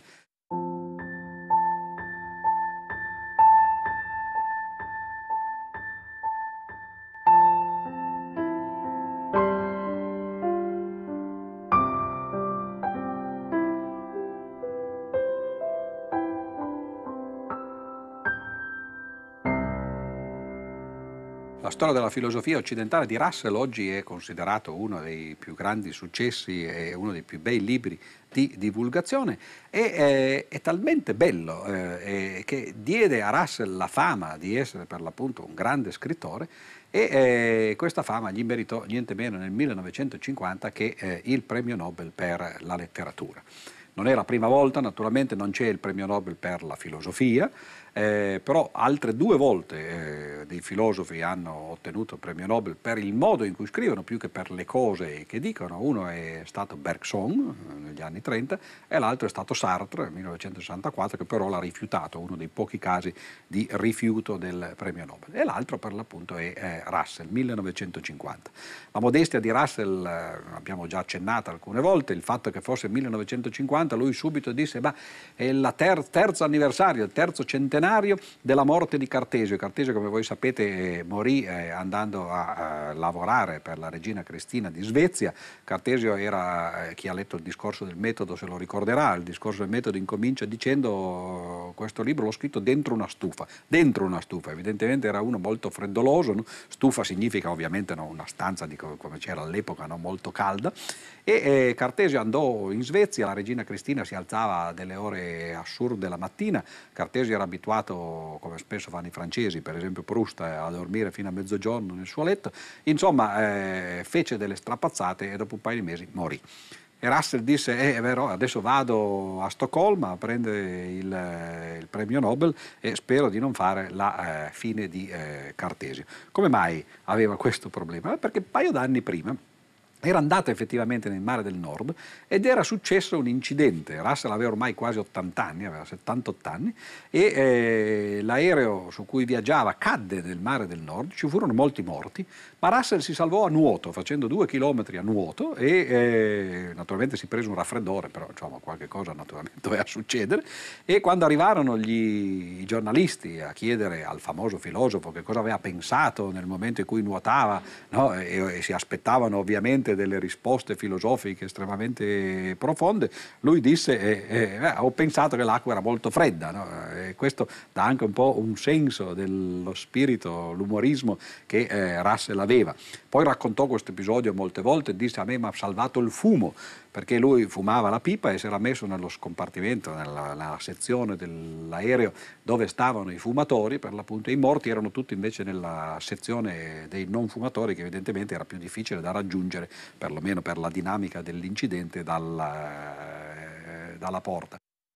La storia della filosofia occidentale di Russell oggi è considerato uno dei più grandi successi e uno dei più bei libri di divulgazione e è, è talmente bello eh, che diede a Russell la fama di essere per l'appunto un grande scrittore e eh, questa fama gli meritò niente meno nel millenovecentocinquanta che eh, il premio Nobel per la letteratura. Non è la prima volta, naturalmente non c'è il premio Nobel per la filosofia, eh, però altre due volte eh, dei filosofi hanno ottenuto il premio Nobel per il modo in cui scrivono più che per le cose che dicono. Uno è stato Bergson negli anni trenta e l'altro è stato Sartre nel millenovecentosessantaquattro, che però l'ha rifiutato, uno dei pochi casi di rifiuto del premio Nobel, e l'altro per l'appunto è eh, Russell, millenovecentocinquanta. La modestia di Russell eh, abbiamo già accennato alcune volte, il fatto che fosse millenovecentocinquanta lui subito disse ma è il ter- terzo anniversario, il terzo centenario scenario della morte di Cartesio. Cartesio, come voi sapete, eh, morì eh, andando a, a lavorare per la regina Cristina di Svezia. Cartesio era, eh, chi ha letto il discorso del metodo se lo ricorderà, il discorso del metodo incomincia dicendo: questo libro l'ho scritto dentro una stufa, dentro una stufa, evidentemente era uno molto freddoloso, no? Stufa significa ovviamente no, una stanza di co- come c'era all'epoca, no? Molto calda, e eh, Cartesio andò in Svezia, la regina Cristina si alzava a delle ore assurde la mattina, Cartesio era abituato, come spesso fanno i francesi, per esempio Proust, a dormire fino a mezzogiorno nel suo letto, insomma eh, fece delle strapazzate e dopo un paio di mesi morì. E Russell disse, eh, è vero, adesso vado a Stoccolma a prendere il, il premio Nobel e spero di non fare la eh, fine di eh, Cartesio. Come mai aveva questo problema? Perché un paio d'anni prima era andato effettivamente nel mare del Nord ed era successo un incidente. Russell aveva ormai quasi ottanta anni, aveva settantotto anni, e eh, l'aereo su cui viaggiava cadde nel mare del Nord, ci furono molti morti, ma Russell si salvò a nuoto, facendo due chilometri a nuoto, e eh, naturalmente si prese un raffreddore, però insomma qualche cosa naturalmente doveva succedere, e quando arrivarono gli, i giornalisti a chiedere al famoso filosofo che cosa aveva pensato nel momento in cui nuotava, no? e, e si aspettavano ovviamente delle risposte filosofiche estremamente profonde, lui disse eh, eh, ho pensato che l'acqua era molto fredda, no? E questo dà anche un po' un senso dello spirito, l'umorismo che eh, Russell aveva. Poi raccontò questo episodio molte volte, disse a me mi ha salvato il fumo, perché lui fumava la pipa e si era messo nello scompartimento, nella, nella sezione dell'aereo dove stavano i fumatori, per l'appunto, e i morti erano tutti invece nella sezione dei non fumatori, che evidentemente era più difficile da raggiungere, perlomeno per la dinamica dell'incidente, dalla, eh, dalla porta.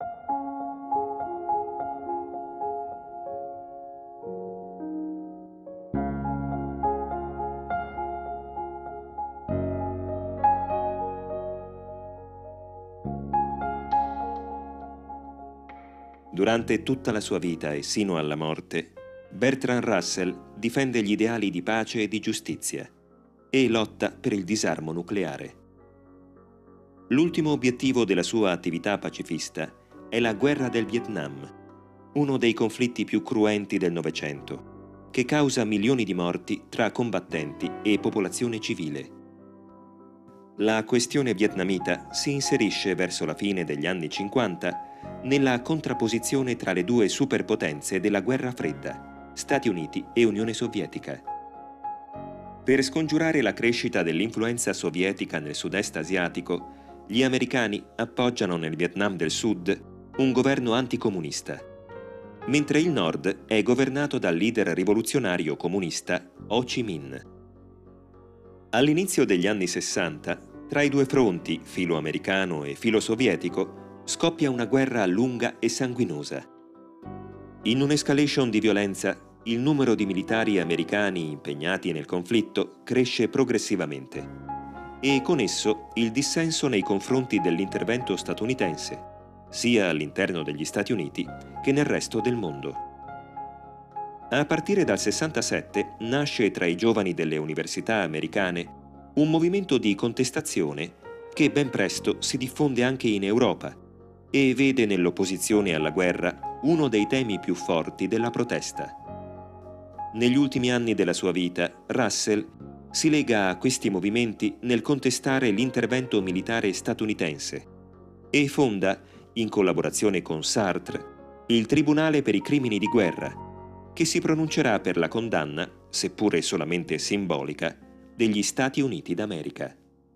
Durante tutta la sua vita e sino alla morte, Bertrand Russell difende gli ideali di pace e di giustizia e lotta per il disarmo nucleare. L'ultimo obiettivo della sua attività pacifista è la guerra del Vietnam, uno dei conflitti più cruenti del Novecento, che causa milioni di morti tra combattenti e popolazione civile. La questione vietnamita si inserisce verso la fine degli anni cinquanta nella contrapposizione tra le due superpotenze della guerra fredda, Stati Uniti e Unione Sovietica. Per scongiurare la crescita dell'influenza sovietica nel sud-est asiatico, gli americani appoggiano nel Vietnam del Sud un governo anticomunista, mentre il Nord è governato dal leader rivoluzionario comunista Ho Chi Minh. All'inizio degli anni sessanta, tra i due fronti, filo americano e filo sovietico, scoppia una guerra lunga e sanguinosa. In un'escalation di violenza, il numero di militari americani impegnati nel conflitto cresce progressivamente e con esso il dissenso nei confronti dell'intervento statunitense, sia all'interno degli Stati Uniti che nel resto del mondo. A partire dal sessantasette nasce tra i giovani delle università americane un movimento di contestazione che ben presto si diffonde anche in Europa e vede nell'opposizione alla guerra uno dei temi più forti della protesta. Negli ultimi anni della sua vita, Russell si lega a questi movimenti nel contestare l'intervento militare statunitense e fonda, in collaborazione con Sartre, il Tribunale per i crimini di guerra, che si pronuncerà per la condanna, seppure solamente simbolica, degli Stati Uniti d'America.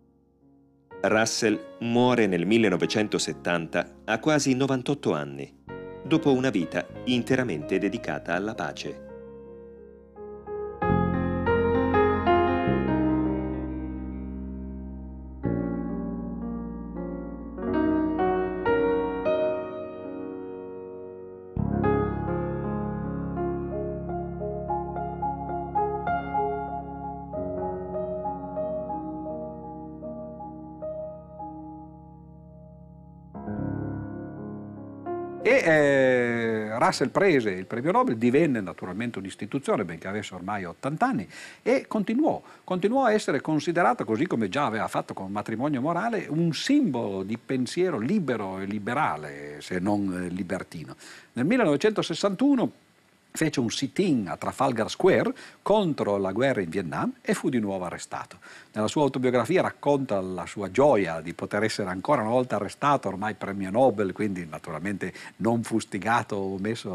Russell muore nel millenovecentosettanta a quasi novantotto anni, dopo una vita interamente dedicata alla pace. E eh, eh, Russell prese il premio Nobel, divenne naturalmente un'istituzione, benché avesse ormai ottanta anni, e continuò, continuò a essere considerato, così come già aveva fatto con Matrimonio Morale, un simbolo di pensiero libero e liberale, se non eh, libertino. Nel millenovecentosessantuno fece un sit-in a Trafalgar Square contro la guerra in Vietnam e fu di nuovo arrestato. Nella sua autobiografia racconta la sua gioia di poter essere ancora una volta arrestato, ormai premio Nobel, quindi naturalmente non fustigato o messo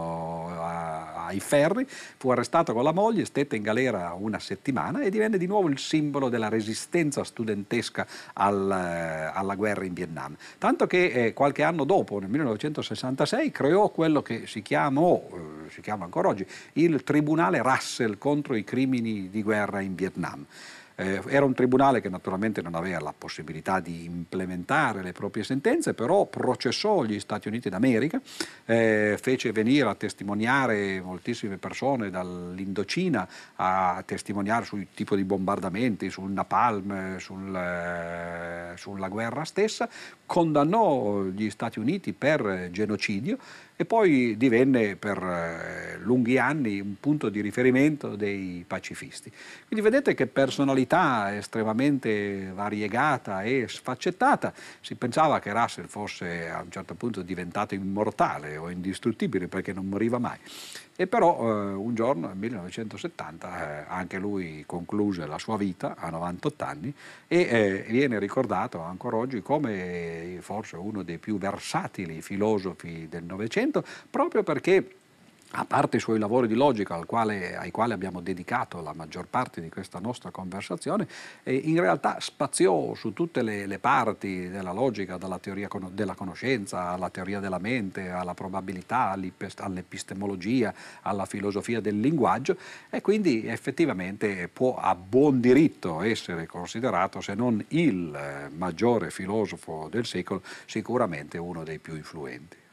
a, ai ferri. Fu arrestato con la moglie, stette in galera una settimana e divenne di nuovo il simbolo della resistenza studentesca al, alla guerra in Vietnam. Tanto che eh, qualche anno dopo, nel millenovecentosessantasei, creò quello che si chiamò, eh, si chiama ancora oggi, il Tribunale Russell contro i crimini di guerra in Vietnam. Eh, era un tribunale che naturalmente non aveva la possibilità di implementare le proprie sentenze, però processò gli Stati Uniti d'America, eh, fece venire a testimoniare moltissime persone dall'Indocina a testimoniare sul tipo di bombardamenti, sul napalm, sul, eh, sulla guerra stessa, condannò gli Stati Uniti per genocidio e poi divenne per eh, lunghi anni un punto di riferimento dei pacifisti. Quindi vedete che personalità estremamente variegata e sfaccettata. Si pensava che Russell fosse a un certo punto diventato immortale o indistruttibile perché non moriva mai. E però eh, un giorno, nel millenovecentosettanta, eh, anche lui concluse la sua vita a novantotto anni e eh, viene ricordato ancora oggi come forse uno dei più versatili filosofi del Novecento, proprio perché, a parte i suoi lavori di logica al quale, ai quali abbiamo dedicato la maggior parte di questa nostra conversazione, eh, in realtà spaziò su tutte le, le parti della logica, dalla teoria con, della conoscenza, alla teoria della mente, alla probabilità, all'epistemologia, alla filosofia del linguaggio, e quindi effettivamente può a buon diritto essere considerato, se non il eh, maggiore filosofo del secolo, sicuramente uno dei più influenti.